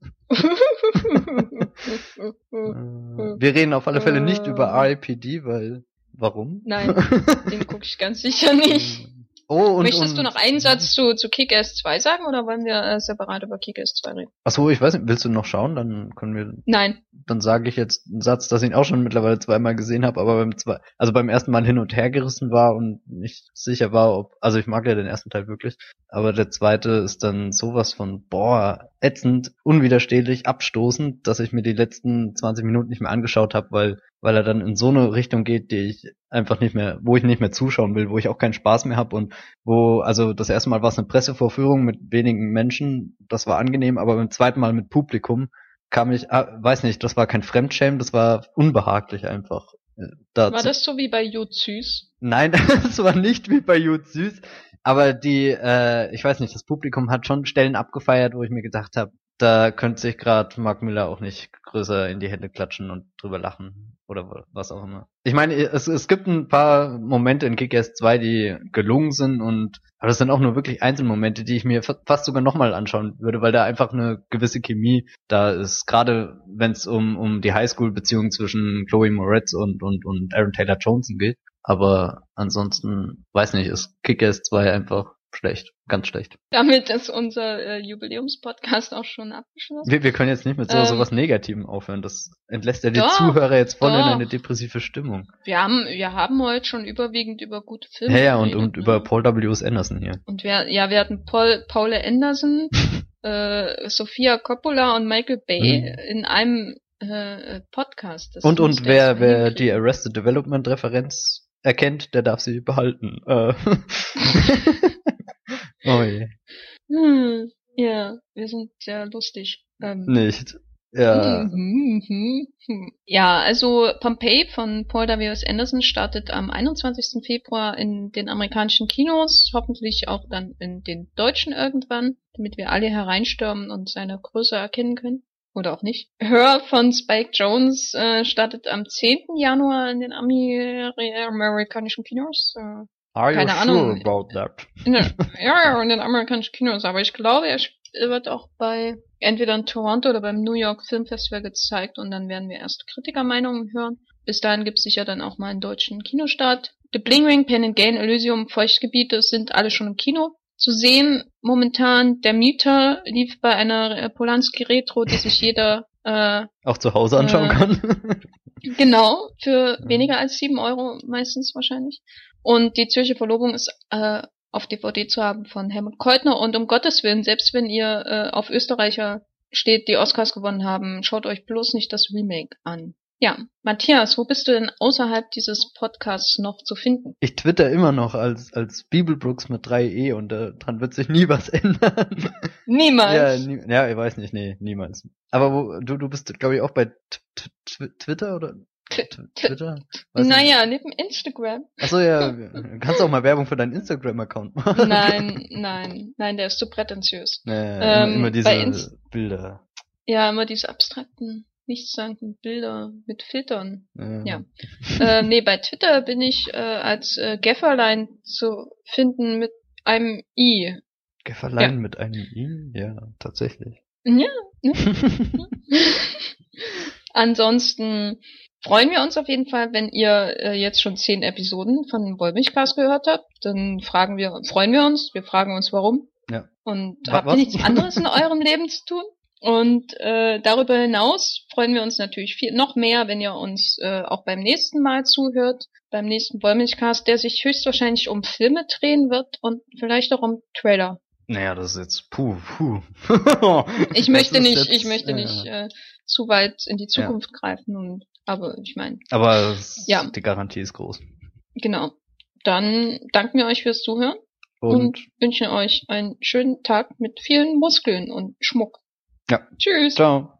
Speaker 1: Wir reden auf alle Fälle nicht über R.I.P.D., weil warum?
Speaker 2: Nein, den gucke ich ganz sicher nicht. Möchtest du noch einen Satz zu Kick-Ass 2 sagen oder wollen wir separat über Kick-Ass 2 reden?
Speaker 1: Achso, ich weiß nicht, willst du noch schauen? Dann können wir.
Speaker 2: Nein.
Speaker 1: Dann sage ich jetzt einen Satz, dass ich ihn auch schon mittlerweile 2-mal gesehen habe, aber beim ersten Mal hin und her gerissen war und nicht sicher war, also ich mag ja den ersten Teil wirklich, aber der zweite ist dann sowas von, ätzend, unwiderstehlich, abstoßend, dass ich mir die letzten 20 Minuten nicht mehr angeschaut habe, weil er dann in so eine Richtung geht, wo ich nicht mehr zuschauen will, wo ich auch keinen Spaß mehr habe und also das erste Mal war es eine Pressevorführung mit wenigen Menschen, das war angenehm, aber beim zweiten Mal mit Publikum kam ich, weiß nicht, das war kein Fremdschämen, das war unbehaglich einfach.
Speaker 2: War das so wie bei Jod Süß?
Speaker 1: Nein, das war nicht wie bei Jud Süß, aber ich weiß nicht, das Publikum hat schon Stellen abgefeiert, wo ich mir gedacht habe, da könnte sich gerade Mark Miller auch nicht größer in die Hände klatschen und drüber lachen oder was auch immer. Ich meine, es gibt ein paar Momente in Kick-Ass 2, die gelungen sind aber das sind auch nur wirklich Einzelmomente, die ich mir fast sogar nochmal anschauen würde, weil da einfach eine gewisse Chemie da ist. Gerade wenn es um die Highschool-Beziehung zwischen Chloe Moretz und Aaron Taylor Johnson geht. Aber ansonsten, weiß nicht, ist Kick-Ass 2 einfach schlecht. Ganz schlecht.
Speaker 2: Damit ist unser Jubiläumspodcast auch schon abgeschlossen.
Speaker 1: Wir können jetzt nicht mit sowas Negativem aufhören. Das entlässt ja die Zuhörer jetzt voll in eine depressive Stimmung. Wir
Speaker 2: haben heute schon überwiegend über gute Filme
Speaker 1: geredet. Und über Paul W. S. Anderson hier.
Speaker 2: Und wir hatten Paul Anderson, Sofia Coppola und Michael Bay in einem Podcast. Das
Speaker 1: und wer die Arrested Development Referenz erkennt, der darf sie behalten. Oh je.
Speaker 2: Ja, wir sind sehr lustig.
Speaker 1: Nicht. Ja.
Speaker 2: Ja, also Pompeii von Paul W.S. Anderson startet am 21. Februar in den amerikanischen Kinos, hoffentlich auch dann in den deutschen irgendwann, damit wir alle hereinstürmen und seine Größe erkennen können. Oder auch nicht. Her von Spike Jonze startet am 10. Januar in den amerikanischen Kinos.
Speaker 1: Are
Speaker 2: keine
Speaker 1: you
Speaker 2: Ahnung.
Speaker 1: sure about that?
Speaker 2: In den amerikanischen Kinos. Aber ich glaube, er wird auch entweder in Toronto oder beim New York Film Festival gezeigt und dann werden wir erst Kritikermeinungen hören. Bis dahin gibt's sicher dann auch mal einen deutschen Kinostart. The Bling Ring, Pen and Gain, Elysium, Feuchtgebiete sind alle schon im Kino. Zu sehen momentan Der Mieter lief bei einer Polanski Retro, die sich jeder
Speaker 1: auch zu Hause anschauen kann.
Speaker 2: Genau, für weniger als 7 Euro meistens wahrscheinlich. Und die Zürcher Verlobung ist auf DVD zu haben von Helmut Keutner. Und um Gottes Willen, selbst wenn ihr auf Österreicher steht, die Oscars gewonnen haben, schaut euch bloß nicht das Remake an. Ja, Matthias, wo bist du denn außerhalb dieses Podcasts noch zu finden?
Speaker 1: Ich twitter immer noch als Bibelbrooks mit 3E und dran wird sich nie was ändern.
Speaker 2: Niemals.
Speaker 1: Ja, ich weiß nicht, nee, niemals. Aber du bist, glaube ich, auch bei Twitter oder? Twitter?
Speaker 2: Naja, neben Instagram.
Speaker 1: Achso, ja, kannst du auch mal Werbung für deinen Instagram-Account machen.
Speaker 2: Nein, der ist zu prätentiös.
Speaker 1: Immer diese Bilder.
Speaker 2: Ja, immer diese abstrakten, nichtssagenden Bilder mit Filtern. Ja. Bei Twitter bin ich als Gefferlein zu finden mit einem I.
Speaker 1: Gefferlein mit einem I? Ja, tatsächlich.
Speaker 2: Ja. Ansonsten freuen wir uns auf jeden Fall, wenn ihr jetzt schon 10 Episoden von Wollmilchcast gehört habt. Dann freuen wir uns. Wir fragen uns, warum.
Speaker 1: Ja.
Speaker 2: Und habt ihr nichts anderes in eurem Leben zu tun? Und darüber hinaus freuen wir uns natürlich noch mehr, wenn ihr uns auch beim nächsten Mal zuhört. Beim nächsten Wollmilchcast, der sich höchstwahrscheinlich um Filme drehen wird und vielleicht auch um Trailer.
Speaker 1: Naja, das ist jetzt puh.
Speaker 2: Ich möchte nicht zu weit in die Zukunft greifen, aber ich meine.
Speaker 1: Aber die Garantie ist groß.
Speaker 2: Genau. Dann danken wir euch fürs Zuhören und wünschen euch einen schönen Tag mit vielen Muskeln und Schmuck.
Speaker 1: Ja.
Speaker 2: Tschüss.
Speaker 1: Ciao.